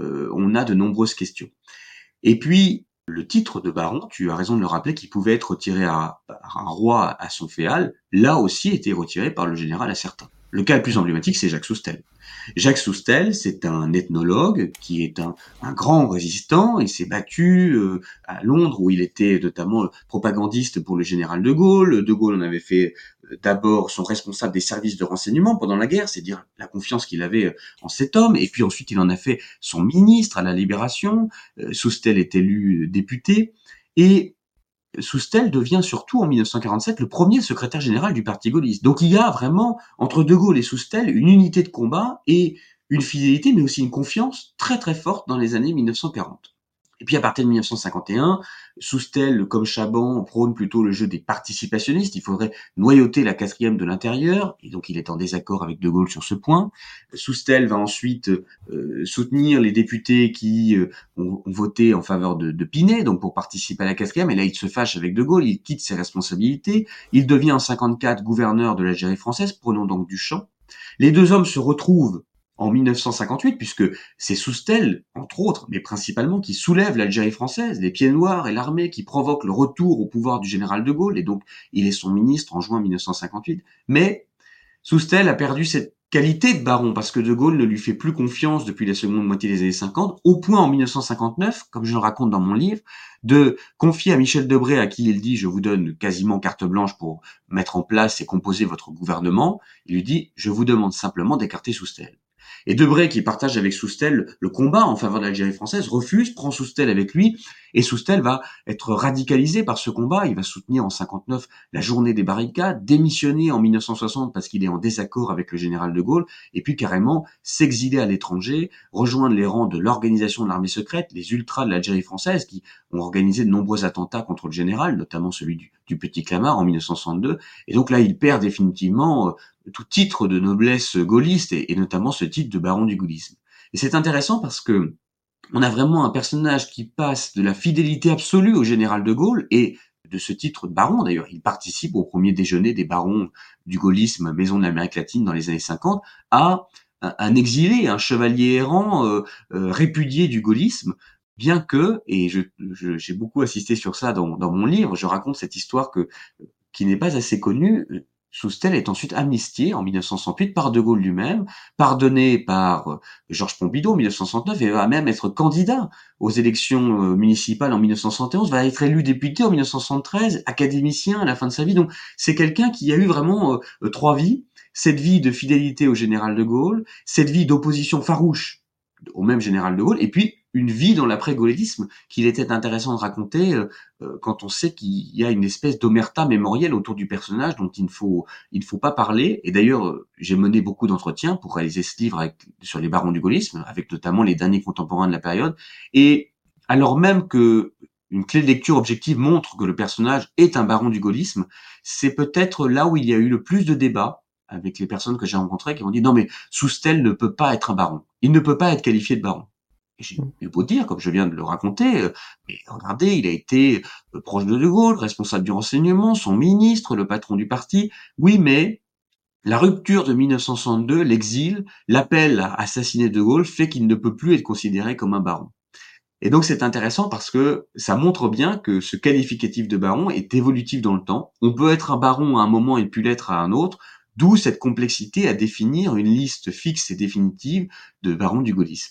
on a de nombreuses questions. Et puis, le titre de baron, tu as raison de le rappeler, qui pouvait être retiré par un roi à son féal, là aussi été retiré par le général à certains. Le cas le plus emblématique, c'est Jacques Soustelle. Jacques Soustelle, c'est un ethnologue qui est un grand résistant. Il s'est battu à Londres, où il était notamment propagandiste pour le général de Gaulle. De Gaulle en avait fait d'abord son responsable des services de renseignement pendant la guerre, c'est dire la confiance qu'il avait en cet homme. Et puis ensuite, il en a fait son ministre à la Libération. Soustelle est élu député. Et Soustelle devient surtout en 1947 le premier secrétaire général du parti gaulliste. Donc il y a vraiment, entre De Gaulle et Soustelle, une unité de combat et une fidélité, mais aussi une confiance très très forte dans les années 1940. Et puis à partir de 1951, Soustelle, comme Chaban, prône plutôt le jeu des participationnistes. Il faudrait noyauter la quatrième de l'intérieur, et donc il est en désaccord avec De Gaulle sur ce point. Soustelle va ensuite soutenir les députés qui ont voté en faveur de Pinet, donc pour participer à la quatrième, et là il se fâche avec De Gaulle, il quitte ses responsabilités, il devient en 54 gouverneur de l'Algérie française, prenons donc du champ. Les deux hommes se retrouvent en 1958, puisque c'est Soustelle, entre autres, mais principalement, qui soulève l'Algérie française, les pieds noirs et l'armée, qui provoque le retour au pouvoir du général de Gaulle, et donc il est son ministre en juin 1958. Mais Soustelle a perdu cette qualité de baron parce que De Gaulle ne lui fait plus confiance depuis la seconde moitié des années 50, au point en 1959, comme je le raconte dans mon livre, de confier à Michel Debré, à qui il dit « je vous donne quasiment carte blanche pour mettre en place et composer votre gouvernement », il lui dit « je vous demande simplement d'écarter Soustelle ». Et Debré, qui partage avec Soustelle le combat en faveur de l'Algérie française, refuse, prend Soustelle avec lui, et Soustelle va être radicalisé par ce combat. Il va soutenir en 59 la journée des barricades, démissionner en 1960 parce qu'il est en désaccord avec le général de Gaulle, et puis carrément s'exiler à l'étranger, rejoindre les rangs de l'organisation de l'armée secrète, les ultras de l'Algérie française, qui ont organisé de nombreux attentats contre le général, notamment celui du Petit Clamart en 1962. Et donc là, il perd définitivement tout titre de noblesse gaulliste, et notamment ce titre de baron du gaullisme. Et c'est intéressant parce que on a vraiment un personnage qui passe de la fidélité absolue au général de Gaulle, et de ce titre de baron d'ailleurs, il participe au premier déjeuner des barons du gaullisme, maison de l'Amérique latine dans les années 50, à un exilé, un chevalier errant répudié du gaullisme, bien que, et j'ai beaucoup insisté sur ça dans mon livre, je raconte cette histoire qui n'est pas assez connue. Soustelle est ensuite amnistié en 1968 par De Gaulle lui-même, pardonné par Georges Pompidou en 1969, et va même être candidat aux élections municipales en 1971, va être élu député en 1973, académicien à la fin de sa vie. Donc c'est quelqu'un qui a eu vraiment trois vies: cette vie de fidélité au général de Gaulle, cette vie d'opposition farouche au même général de Gaulle, et puis une vie dans l'après-gaullisme qu'il était intéressant de raconter quand on sait qu'il y a une espèce d'omerta mémorielle autour du personnage dont il ne faut pas parler. Et d'ailleurs, j'ai mené beaucoup d'entretiens pour réaliser ce livre sur les barons du gaullisme, avec notamment les derniers contemporains de la période. Et alors même que une clé de lecture objective montre que le personnage est un baron du gaullisme, c'est peut-être là où il y a eu le plus de débats avec les personnes que j'ai rencontrées, qui m'ont dit « non mais Soustelle ne peut pas être un baron, il ne peut pas être qualifié de baron ». Et j'ai eu beau dire, comme je viens de le raconter, mais regardez, il a été proche de Gaulle, responsable du renseignement, son ministre, le patron du parti. Oui, mais la rupture de 1962, l'exil, l'appel à assassiner De Gaulle fait qu'il ne peut plus être considéré comme un baron. Et donc c'est intéressant parce que ça montre bien que ce qualificatif de baron est évolutif dans le temps. On peut être un baron à un moment et plus l'être à un autre, d'où cette complexité à définir une liste fixe et définitive de barons du gaullisme.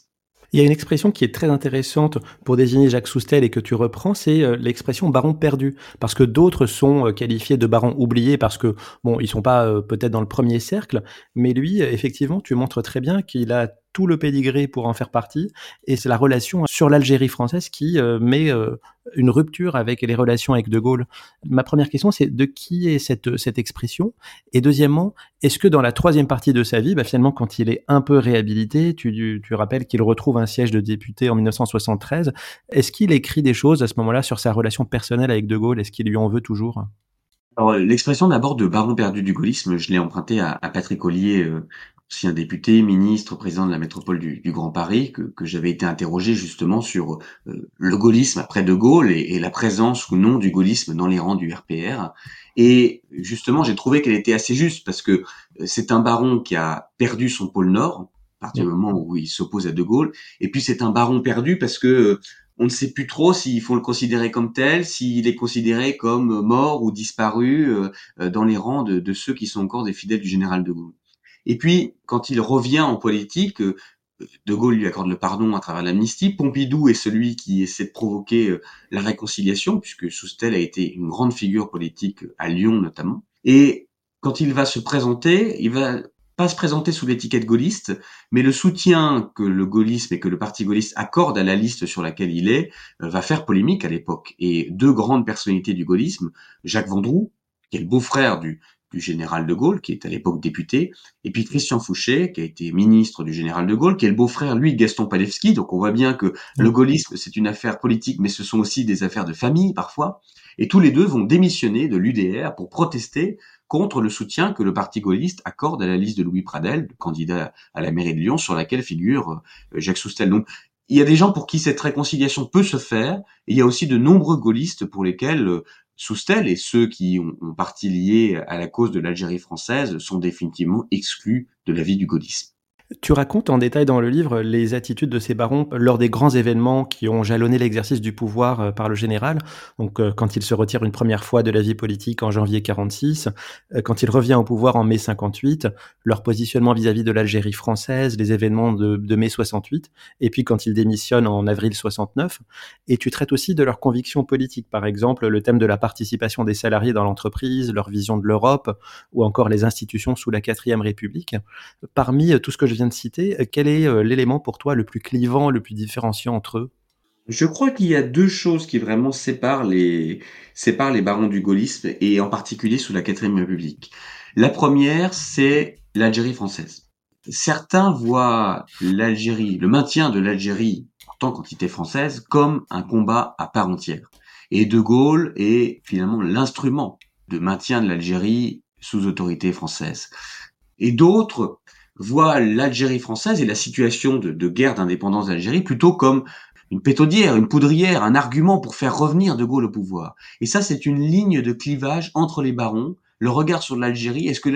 Il y a une expression qui est très intéressante pour désigner Jacques Soustelle et que tu reprends, c'est l'expression baron perdu. Parce que d'autres sont qualifiés de barons oubliés parce que, bon, ils sont pas peut-être dans le premier cercle, mais lui, effectivement, tu montres très bien qu'il a tout le pédigré pour en faire partie, et c'est la relation sur l'Algérie française qui met une rupture avec les relations avec De Gaulle. Ma première question, c'est de qui est cette expression? Et deuxièmement, est-ce que dans la troisième partie de sa vie, finalement, quand il est un peu réhabilité, tu rappelles qu'il retrouve un siège de député en 1973, est-ce qu'il écrit des choses à ce moment-là sur sa relation personnelle avec De Gaulle? Est-ce qu'il lui en veut toujours? Alors, l'expression d'abord de baron perdu du gaullisme, je l'ai empruntée à Patrick Ollier, ancien député, ministre, président de la métropole du Grand Paris, que j'avais été interrogé justement sur le gaullisme après De Gaulle et la présence ou non du gaullisme dans les rangs du RPR. Et justement, j'ai trouvé qu'elle était assez juste parce que c'est un baron qui a perdu son pôle Nord à partir du moment où il s'oppose à De Gaulle. Et puis c'est un baron perdu parce que on ne sait plus trop s'il faut le considérer comme tel, s'il est considéré comme mort ou disparu dans les rangs de ceux qui sont encore des fidèles du général de Gaulle. Et puis, quand il revient en politique, de Gaulle lui accorde le pardon à travers l'amnistie. Pompidou est celui qui essaie de provoquer la réconciliation, puisque Soustelle a été une grande figure politique à Lyon notamment. Et quand il va se présenter, il va pas se présenter sous l'étiquette gaulliste, mais le soutien que le gaullisme et que le parti gaulliste accorde à la liste sur laquelle il est va faire polémique à l'époque. Et deux grandes personnalités du gaullisme, Jacques Vendroux, qui est le beau-frère du général de Gaulle, qui est à l'époque député, et puis Christian Fouché, qui a été ministre du général de Gaulle, qui est le beau-frère, lui, de Gaston Palevski. Donc on voit bien que le gaullisme, c'est une affaire politique, mais ce sont aussi des affaires de famille, parfois. Et tous les deux vont démissionner de l'UDR pour protester contre le soutien que le parti gaulliste accorde à la liste de Louis Pradel, le candidat à la mairie de Lyon, sur laquelle figure Jacques Soustelle. Donc, il y a des gens pour qui cette réconciliation peut se faire, et il y a aussi de nombreux gaullistes pour lesquels Soustelle et ceux qui ont partie liée à la cause de l'Algérie française sont définitivement exclus de la vie du gaullisme. Tu racontes en détail dans le livre les attitudes de ces barons lors des grands événements qui ont jalonné l'exercice du pouvoir par le général. Donc, quand il se retire une première fois de la vie politique en janvier 46, quand il revient au pouvoir en mai 58, leur positionnement vis-à-vis de l'Algérie française, les événements de mai 68, et puis quand il démissionne en avril 69. Et tu traites aussi de leurs convictions politiques, par exemple le thème de la participation des salariés dans l'entreprise, leur vision de l'Europe, ou encore les institutions sous la 4e République. Parmi tout ce que je viens de citer, quel est l'élément pour toi le plus clivant, le plus différenciant entre eux? Je crois qu'il y a deux choses qui vraiment séparent les barons du gaullisme, et en particulier sous la 4e République. La première, c'est l'Algérie française. Certains voient l'Algérie, le maintien de l'Algérie en tant qu'entité française, comme un combat à part entière. Et De Gaulle est finalement l'instrument de maintien de l'Algérie sous autorité française. Et d'autres voient l'Algérie française et la situation de guerre d'indépendance d'Algérie plutôt comme une pétaudière, une poudrière, un argument pour faire revenir De Gaulle au pouvoir. Et ça, c'est une ligne de clivage entre les barons. Le regard sur l'Algérie, est-ce que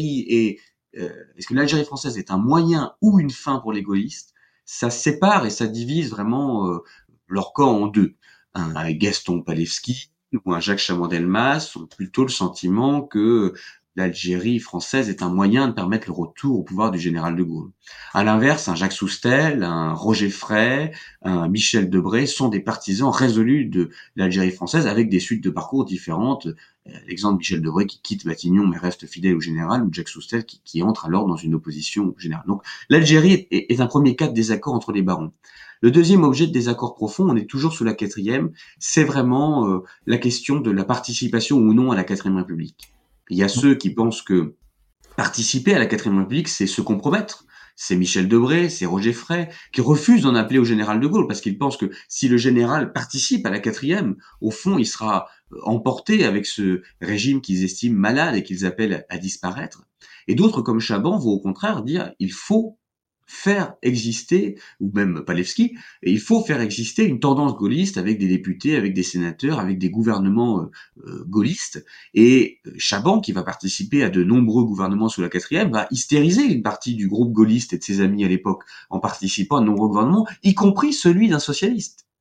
l'Algérie française est un moyen ou une fin pour les gaullistes? Ça sépare et ça divise vraiment leur camp en deux. Un Gaston Palevski ou un Jacques Chaban-Delmas ont plutôt le sentiment que l'Algérie française est un moyen de permettre le retour au pouvoir du général de Gaulle. À l'inverse, un Jacques Soustelle, un Roger Frey, un Michel Debré sont des partisans résolus de l'Algérie française avec des suites de parcours différentes. L'exemple de Michel Debré qui quitte Matignon mais reste fidèle au général, ou Jacques Soustelle qui entre alors dans une opposition au général. Donc l'Algérie est un premier cas de désaccord entre les barons. Le deuxième objet de désaccord profond, on est toujours sous la 4e, c'est vraiment la question de la participation ou non à la 4e République. Il y a ceux qui pensent que participer à la 4e République, c'est se compromettre. C'est Michel Debré, c'est Roger Frey, qui refusent d'en appeler au général de Gaulle, parce qu'ils pensent que si le général participe à la 4e, au fond, il sera emporté avec ce régime qu'ils estiment malade et qu'ils appellent à disparaître. Et d'autres, comme Chaban, vont au contraire dire il faut faire exister, ou même Palevski, et il faut faire exister une tendance gaulliste avec des députés, avec des sénateurs, avec des gouvernements gaullistes. Et Chaban, qui va participer à de nombreux gouvernements sous la 4e, va hystériser une partie du groupe gaulliste et de ses amis à l'époque en participant à de nombreux gouvernements, y compris celui d'un socialiste.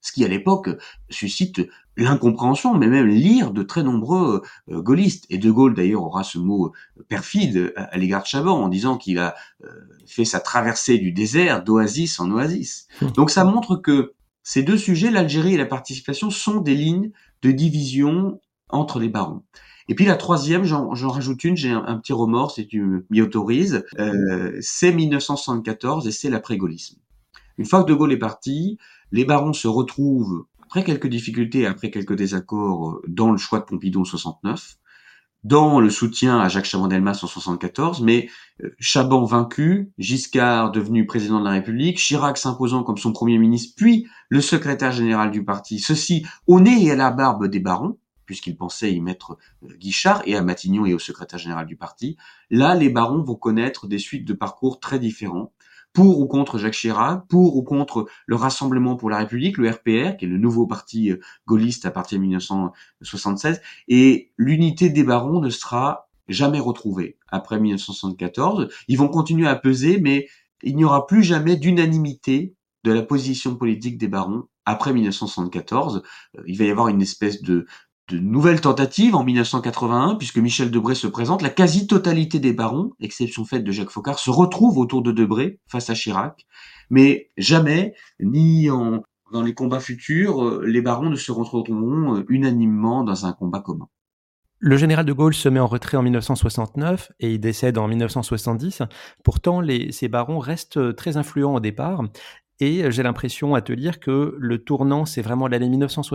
Ce qui, à l'époque, suscite l'incompréhension, mais même l'ire de très nombreux gaullistes. Et De Gaulle, d'ailleurs, aura ce mot perfide à l'égard de Chaban, en disant qu'il a fait sa traversée du désert d'oasis en oasis. Donc ça montre que ces deux sujets, l'Algérie et la participation, sont des lignes de division entre les barons. Et puis la troisième, j'en rajoute une, j'ai un petit remords, si tu m'y autorises, c'est 1974 et c'est l'après-gaullisme. Une fois que De Gaulle est parti, les barons se retrouvent, après quelques difficultés, après quelques désaccords, dans le choix de Pompidou en 69, dans le soutien à Jacques Chaban-Delmas en 74, mais Chaban vaincu, Giscard devenu président de la République, Chirac s'imposant comme son premier ministre, puis le secrétaire général du parti, ceci au nez et à la barbe des barons, puisqu'il pensait y mettre Guichard, et à Matignon et au secrétaire général du parti. Là, les barons vont connaître des suites de parcours très différents, pour ou contre Jacques Chirac, pour ou contre le Rassemblement pour la République, le RPR, qui est le nouveau parti gaulliste à partir de 1976, et l'unité des barons ne sera jamais retrouvée après 1974. Ils vont continuer à peser, mais il n'y aura plus jamais d'unanimité de la position politique des barons après 1974. Il va y avoir une espèce de nouvelle tentative en 1981, puisque Michel Debré se présente. La quasi-totalité des barons, exception faite de Jacques Foccart, se retrouvent autour de Debré face à Chirac. Mais jamais, dans les combats futurs, les barons ne se retrouveront unanimement dans un combat commun. Le général de Gaulle se met en retrait en 1969 et il décède en 1970. Pourtant, ces barons restent très influents au départ. Et j'ai l'impression à te lire que le tournant, c'est vraiment l'année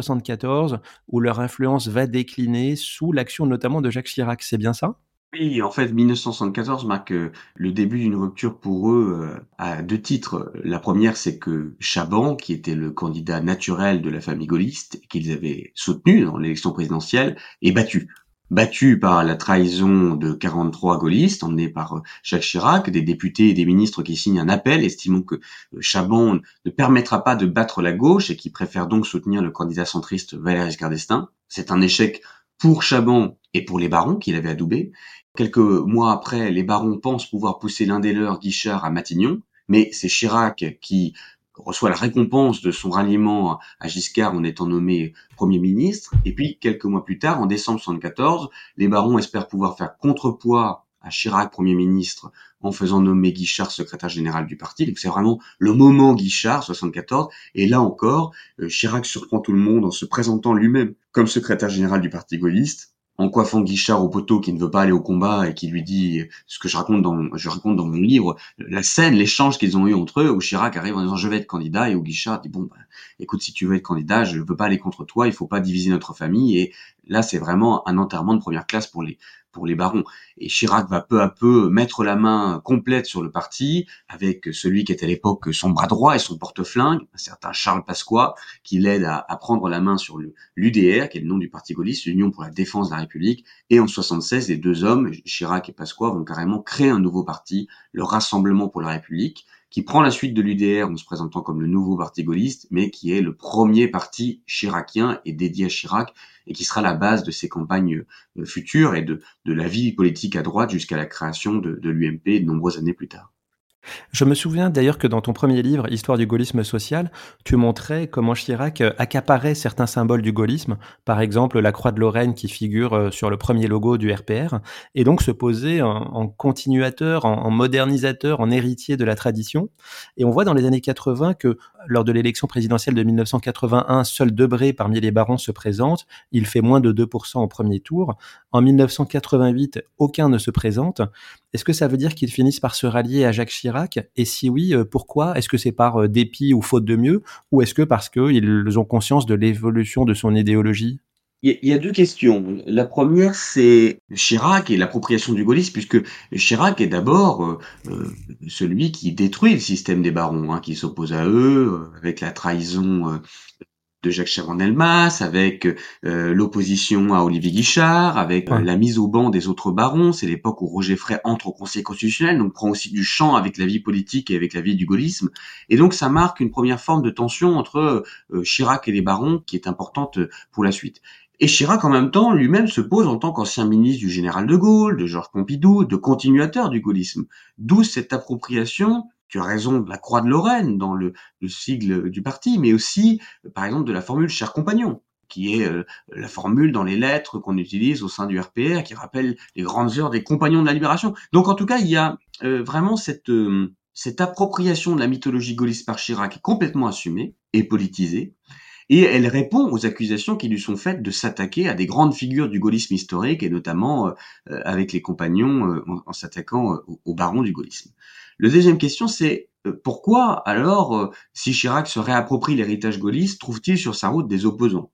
1974 où leur influence va décliner sous l'action notamment de Jacques Chirac. C'est bien ça? Oui, en fait, 1974 marque le début d'une rupture pour eux à deux titres. La première, c'est que Chaban, qui était le candidat naturel de la famille gaulliste, qu'ils avaient soutenu dans l'élection présidentielle, est battu. Battu par la trahison de 43 gaullistes, emmenés par Jacques Chirac, des députés et des ministres qui signent un appel, estimant que Chaban ne permettra pas de battre la gauche et qui préfère donc soutenir le candidat centriste Valéry Giscard d'Estaing. C'est un échec pour Chaban et pour les barons qu'il avait adoubés. Quelques mois après, les barons pensent pouvoir pousser l'un des leurs, Guichard, à Matignon, mais c'est Chirac qui reçoit la récompense de son ralliement à Giscard en étant nommé Premier ministre. Et puis, quelques mois plus tard, en décembre 1974, les barons espèrent pouvoir faire contrepoids à Chirac, Premier ministre, en faisant nommer Guichard secrétaire général du parti. Donc c'est vraiment le moment Guichard, 74. Et là encore, Chirac surprend tout le monde en se présentant lui-même comme secrétaire général du parti gaulliste, en coiffant Guichard au poteau qui ne veut pas aller au combat et qui lui dit ce que je raconte dans mon livre, la scène, l'échange qu'ils ont eu entre eux, où Chirac arrive en disant je vais être candidat et où Guichard dit bon, écoute, si tu veux être candidat, je ne veux pas aller contre toi, il faut pas diviser notre famille. Et là, c'est vraiment un enterrement de première classe pour les barons. Et Chirac va peu à peu mettre la main complète sur le parti, avec celui qui était à l'époque son bras droit et son porte-flingue, un certain Charles Pasqua, qui l'aide à prendre la main sur l'UDR, qui est le nom du parti gaulliste, l'Union pour la défense de la République. Et en 76, les deux hommes, Chirac et Pasqua, vont carrément créer un nouveau parti, le Rassemblement pour la République, qui prend la suite de l'UDR en se présentant comme le nouveau parti gaulliste, mais qui est le premier parti chiracien et dédié à Chirac, et qui sera la base de ses campagnes futures et de la vie politique à droite jusqu'à la création de l'UMP de nombreuses années plus tard. Je me souviens d'ailleurs que dans ton premier livre, Histoire du gaullisme social, tu montrais comment Chirac accaparait certains symboles du gaullisme, par exemple la croix de Lorraine qui figure sur le premier logo du RPR, et donc se posait en continuateur, en modernisateur, en héritier de la tradition. Et on voit dans les années 80 que lors de l'élection présidentielle de 1981, seul Debré parmi les barons se présente, il fait moins de 2% au premier tour. En 1988, aucun ne se présente. Est-ce que ça veut dire qu'ils finissent par se rallier à Jacques Chirac? Et si oui, pourquoi? Est-ce que c'est par dépit ou faute de mieux? Ou est-ce que parce qu'ils ont conscience de l'évolution de son idéologie? Il y a deux questions. La première, c'est Chirac et l'appropriation du gaullisme, puisque Chirac est d'abord celui qui détruit le système des barons, qui s'oppose à eux, avec la trahison de Jacques Chaban-Delmas, avec l'opposition à Olivier Guichard, avec Ouais. la mise au ban des autres barons. C'est l'époque où Roger Frey entre au Conseil constitutionnel, donc prend aussi du champ avec la vie politique et avec la vie du gaullisme. Et donc ça marque une première forme de tension entre Chirac et les barons qui est importante pour la suite. Et Chirac, en même temps, lui-même se pose en tant qu'ancien ministre du général de Gaulle, de Georges Pompidou, de continuateur du gaullisme. D'où cette appropriation tu as raison, de la Croix de Lorraine dans le sigle du parti, mais aussi, par exemple, de la formule Cher compagnon, qui est la formule dans les lettres qu'on utilise au sein du RPR, qui rappelle les grandes heures des compagnons de la libération. Donc en tout cas, il y a vraiment cette appropriation de la mythologie gaulliste par Chirac est complètement assumée et politisée, et elle répond aux accusations qui lui sont faites de s'attaquer à des grandes figures du gaullisme historique, et notamment avec les compagnons, en s'attaquant au baron du gaullisme. Le deuxième question, c'est pourquoi alors, si Chirac se réapproprie l'héritage gaulliste, trouve-t-il sur sa route des opposants?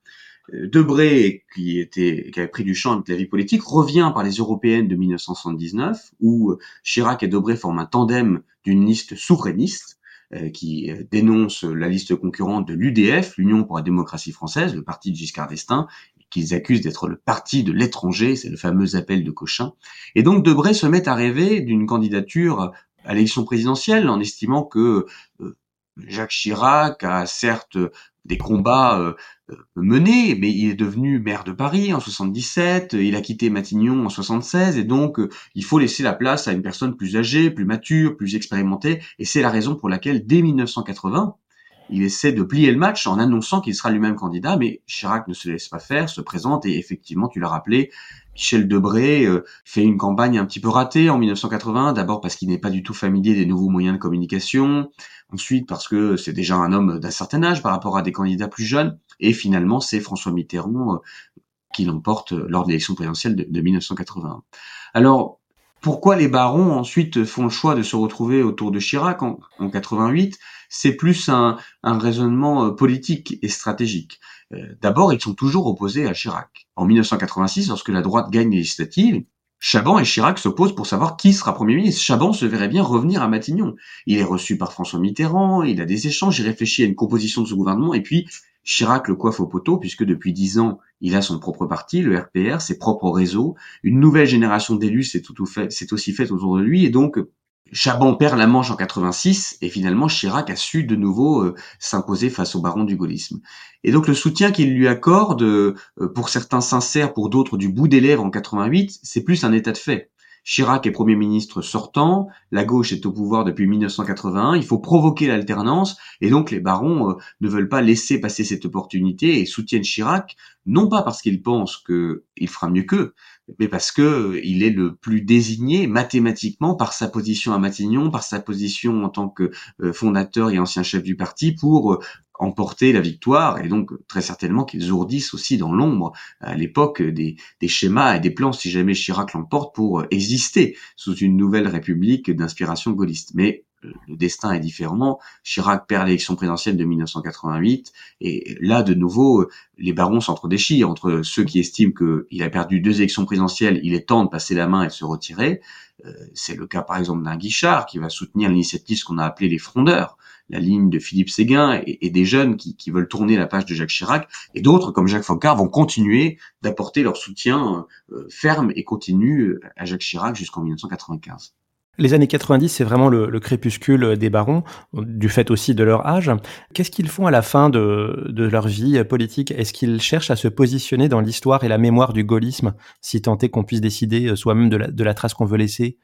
Debré, qui avait pris du champ avec la vie politique, revient par les européennes de 1979, où Chirac et Debré forment un tandem d'une liste souverainiste, qui dénonce la liste concurrente de l'UDF, l'Union pour la démocratie française, le parti de Giscard d'Estaing, qu'ils accusent d'être le parti de l'étranger, c'est le fameux appel de Cochin. Et donc Debré se met à rêver d'une candidature à l'élection présidentielle, en estimant que Jacques Chirac a certes des combats menés, mais il est devenu maire de Paris en 77, il a quitté Matignon en 76, et donc il faut laisser la place à une personne plus âgée, plus mature, plus expérimentée, et c'est la raison pour laquelle, dès 1980, il essaie de plier le match en annonçant qu'il sera lui-même candidat, mais Chirac ne se laisse pas faire, se présente, et effectivement, tu l'as rappelé, Michel Debré fait une campagne un petit peu ratée en 1980, d'abord parce qu'il n'est pas du tout familier des nouveaux moyens de communication, ensuite parce que c'est déjà un homme d'un certain âge par rapport à des candidats plus jeunes, et finalement c'est François Mitterrand qui l'emporte lors de l'élection présidentielle de 1981. Alors, pourquoi les barons ensuite font le choix de se retrouver autour de Chirac en 88? C'est plus un raisonnement politique et stratégique. D'abord, ils sont toujours opposés à Chirac. En 1986, lorsque la droite gagne les législatives, Chaban et Chirac s'opposent pour savoir qui sera Premier ministre. Chaban se verrait bien revenir à Matignon. Il est reçu par François Mitterrand, il a des échanges, il réfléchit à une composition de ce gouvernement, et puis Chirac le coiffe au poteau, puisque depuis 10 ans, il a son propre parti, le RPR, ses propres réseaux. Une nouvelle génération d'élus s'est aussi faite autour de lui, et donc Chaban perd la Manche en 86, et finalement Chirac a su de nouveau s'imposer face au baron du gaullisme. Et donc le soutien qu'il lui accorde, pour certains sincère, pour d'autres du bout des lèvres en 88, c'est plus un état de fait. Chirac est Premier ministre sortant, la gauche est au pouvoir depuis 1981, il faut provoquer l'alternance, et donc les barons ne veulent pas laisser passer cette opportunité et soutiennent Chirac, non pas parce qu'ils pensent qu'il fera mieux qu'eux, mais parce que il est le plus désigné mathématiquement par sa position à Matignon, par sa position en tant que fondateur et ancien chef du parti pour emporter la victoire, et donc très certainement qu'ils ourdissent aussi dans l'ombre à l'époque des schémas et des plans si jamais Chirac l'emporte pour exister sous une nouvelle république d'inspiration gaulliste. Mais le destin est différent. Chirac perd l'élection présidentielle de 1988, et là, de nouveau, les barons s'entre-déchirent entre ceux qui estiment qu'il a perdu 2 élections présidentielles, il est temps de passer la main et de se retirer. C'est le cas, par exemple, d'un Guichard qui va soutenir l'initiative, ce qu'on a appelé les frondeurs, la ligne de Philippe Séguin, et des jeunes qui veulent tourner la page de Jacques Chirac, et d'autres, comme Jacques Foccart, vont continuer d'apporter leur soutien ferme et continu à Jacques Chirac jusqu'en 1995. Les années 90, c'est vraiment le crépuscule des barons, du fait aussi de leur âge. Qu'est-ce qu'ils font à la fin de leur vie politique? Est-ce qu'ils cherchent à se positionner dans l'histoire et la mémoire du gaullisme, si tant est qu'on puisse décider soi-même de la trace qu'on veut laisser?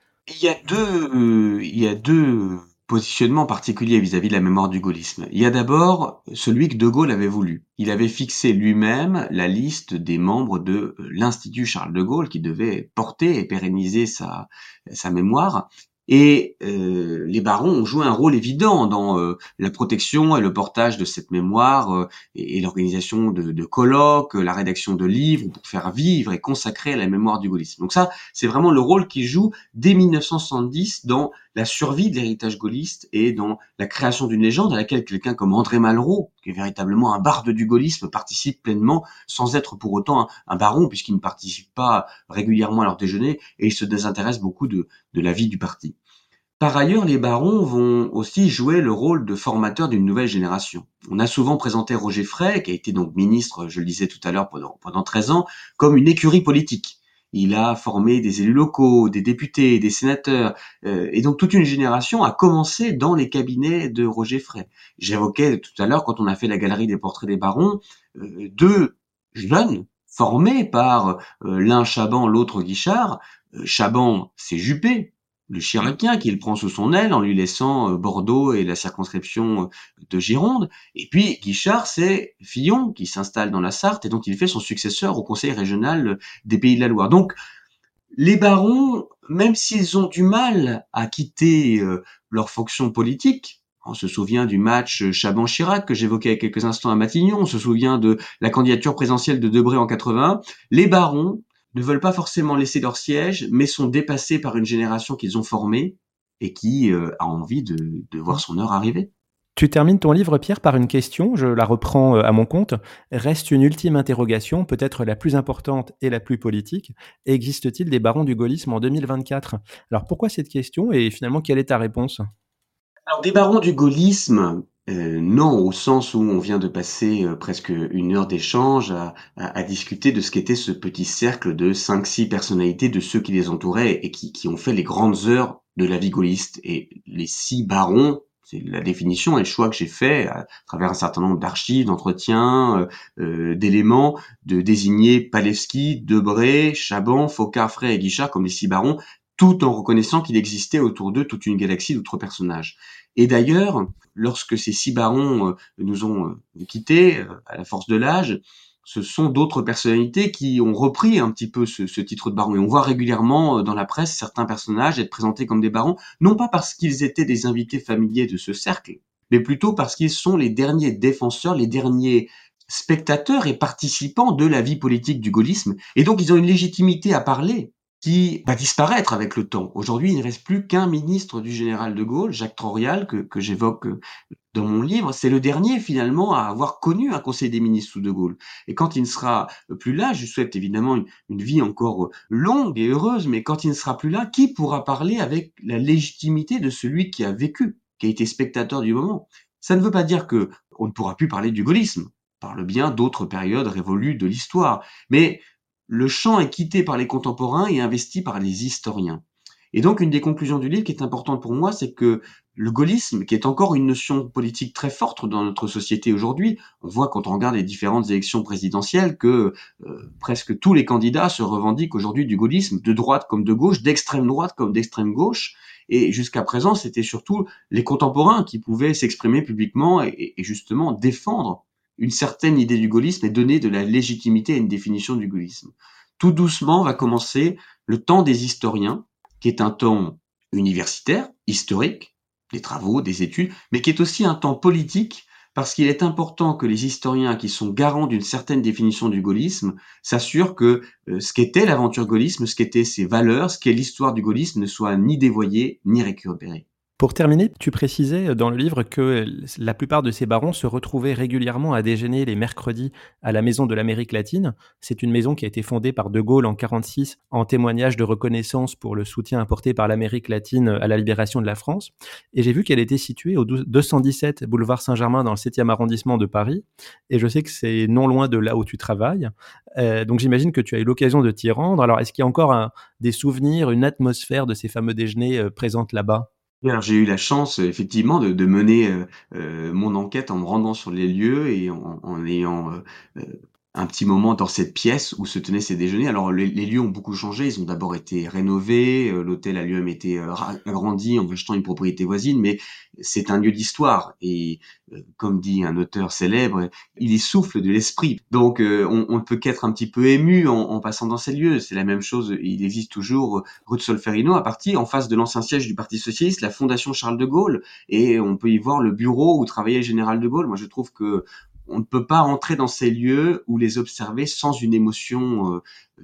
Il y a deux positionnements particuliers vis-à-vis de la mémoire du gaullisme. Il y a d'abord celui que De Gaulle avait voulu. Il avait fixé lui-même la liste des membres de l'Institut Charles de Gaulle qui devait porter et pérenniser sa mémoire. Et les barons ont joué un rôle évident dans la protection et le portage de cette mémoire, et l'organisation de colloques, la rédaction de livres pour faire vivre et consacrer la mémoire du gaullisme. Donc ça, c'est vraiment le rôle qu'ils jouent dès 1970 dans la survie de l'héritage gaulliste et dans la création d'une légende à laquelle quelqu'un comme André Malraux, qui est véritablement un barde du gaullisme, participe pleinement, sans être pour autant un baron, puisqu'il ne participe pas régulièrement à leur déjeuner, et il se désintéresse beaucoup de la vie du parti. Par ailleurs, les barons vont aussi jouer le rôle de formateur d'une nouvelle génération. On a souvent présenté Roger Frey, qui a été donc ministre, je le disais tout à l'heure, pendant 13 ans, comme une écurie politique. Il a formé des élus locaux, des députés, des sénateurs, et donc toute une génération a commencé dans les cabinets de Roger Frey. J'évoquais tout à l'heure, quand on a fait la galerie des portraits des barons, 2 jeunes formés par l'un Chaban, l'autre Guichard. Chaban, c'est Juppé, le Chiracien qu'il prend sous son aile en lui laissant Bordeaux et la circonscription de Gironde. Et puis Guichard, c'est Fillon qui s'installe dans la Sarthe et dont il fait son successeur au conseil régional des Pays de la Loire. Donc les barons, même s'ils ont du mal à quitter leur fonction politique, on se souvient du match Chaban-Chirac que j'évoquais il y a quelques instants à Matignon, on se souvient de la candidature présidentielle de Debré en 81, les barons ne veulent pas forcément laisser leur siège, mais sont dépassés par une génération qu'ils ont formée et qui a envie de voir son heure arriver. Tu termines ton livre, Pierre, par une question, je la reprends à mon compte. Reste une ultime interrogation, peut-être la plus importante et la plus politique. Existe-t-il des barons du gaullisme en 2024 ? Alors pourquoi cette question et finalement quelle est ta réponse ? Alors des barons du gaullisme, non, au sens où on vient de passer presque une heure d'échange à discuter de ce qu'était ce petit cercle de 5-6 personnalités de ceux qui les entouraient et qui ont fait les grandes heures de la vie gaulliste. Et les 6 barons, c'est la définition et le choix que j'ai fait à travers un certain nombre d'archives, d'entretiens, d'éléments, de désigner Palevski, Debré, Chaban, Focard, Frey et Guichard comme les 6 barons, tout en reconnaissant qu'il existait autour d'eux toute une galaxie d'autres personnages. Et d'ailleurs, lorsque ces 6 barons nous ont quittés à la force de l'âge, ce sont d'autres personnalités qui ont repris un petit peu ce titre de baron. Et on voit régulièrement dans la presse certains personnages être présentés comme des barons, non pas parce qu'ils étaient des invités familiers de ce cercle, mais plutôt parce qu'ils sont les derniers défenseurs, les derniers spectateurs et participants de la vie politique du gaullisme. Et donc ils ont une légitimité à parler qui va disparaître avec le temps. Aujourd'hui, il ne reste plus qu'un ministre du général de Gaulle, Jacques Traurial, que j'évoque dans mon livre. C'est le dernier, finalement, à avoir connu un conseil des ministres sous de Gaulle. Et quand il ne sera plus là, je souhaite évidemment une vie encore longue et heureuse, mais quand il ne sera plus là, qui pourra parler avec la légitimité de celui qui a vécu, qui a été spectateur du moment? Ça ne veut pas dire que on ne pourra plus parler du gaullisme, par le bien d'autres périodes révolues de l'histoire. Mais le champ est quitté par les contemporains et investi par les historiens. Et donc, une des conclusions du livre qui est importante pour moi, c'est que le gaullisme, qui est encore une notion politique très forte dans notre société aujourd'hui, on voit quand on regarde les différentes élections présidentielles que presque tous les candidats se revendiquent aujourd'hui du gaullisme, de droite comme de gauche, d'extrême droite comme d'extrême gauche. Et jusqu'à présent, c'était surtout les contemporains qui pouvaient s'exprimer publiquement et justement défendre une certaine idée du gaullisme et donner de la légitimité à une définition du gaullisme. Tout doucement va commencer le temps des historiens, qui est un temps universitaire, historique, des travaux, des études, mais qui est aussi un temps politique, parce qu'il est important que les historiens qui sont garants d'une certaine définition du gaullisme s'assurent que ce qu'était l'aventure gaullisme, ce qu'étaient ses valeurs, ce qu'est l'histoire du gaullisme ne soit ni dévoyé ni récupéré. Pour terminer, tu précisais dans le livre que la plupart de ces barons se retrouvaient régulièrement à déjeuner les mercredis à la Maison de l'Amérique latine. C'est une maison qui a été fondée par De Gaulle en 1946 en témoignage de reconnaissance pour le soutien apporté par l'Amérique latine à la libération de la France. Et j'ai vu qu'elle était située au 217 boulevard Saint-Germain dans le 7e arrondissement de Paris. Et je sais que c'est non loin de là où tu travailles. Donc j'imagine que tu as eu l'occasion de t'y rendre. Alors est-ce qu'il y a encore des souvenirs, une atmosphère de ces fameux déjeuners présentes là-bas ? Alors, j'ai eu la chance effectivement de mener mon enquête en me rendant sur les lieux et en ayant un petit moment dans cette pièce où se tenaient ces déjeuners. Alors les lieux ont beaucoup changé, ils ont d'abord été rénovés, l'hôtel a lui-même été agrandi en rachetant une propriété voisine, mais c'est un lieu d'histoire et comme dit un auteur célèbre, il y souffle de l'esprit. Donc on ne peut qu'être un petit peu ému en passant dans ces lieux. C'est la même chose, il existe toujours rue de Solferino, à partir en face de l'ancien siège du Parti socialiste, la Fondation Charles de Gaulle, et on peut y voir le bureau où travaillait le général de Gaulle. Moi je trouve que on ne peut pas entrer dans ces lieux ou les observer sans une émotion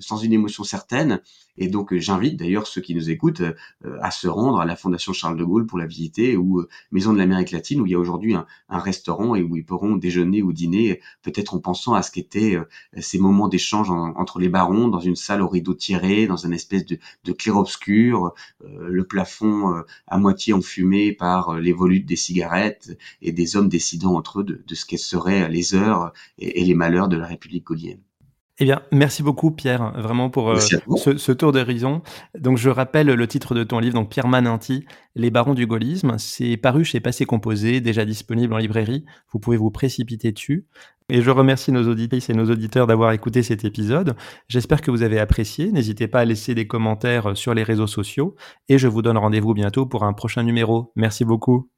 certaine. Et donc, j'invite d'ailleurs ceux qui nous écoutent à se rendre à la Fondation Charles de Gaulle pour la visiter ou Maison de l'Amérique latine où il y a aujourd'hui un restaurant et où ils pourront déjeuner ou dîner, peut-être en pensant à ce qu'étaient ces moments d'échange entre les barons dans une salle au rideau tiré, dans une espèce de clair-obscur, le plafond à moitié enfumé par les volutes des cigarettes et des hommes décidant entre eux de ce qu'elles seraient les heures et les malheurs de la République gaulienne. Eh bien, merci beaucoup Pierre, vraiment pour Merci à toi. ce tour d'horizon. Donc je rappelle le titre de ton livre, donc Pierre Manenti, Les barons du gaullisme. C'est paru chez Passé Composé, déjà disponible en librairie. Vous pouvez vous précipiter dessus. Et je remercie nos auditrices et nos auditeurs d'avoir écouté cet épisode. J'espère que vous avez apprécié. N'hésitez pas à laisser des commentaires sur les réseaux sociaux. Et je vous donne rendez-vous bientôt pour un prochain numéro. Merci beaucoup.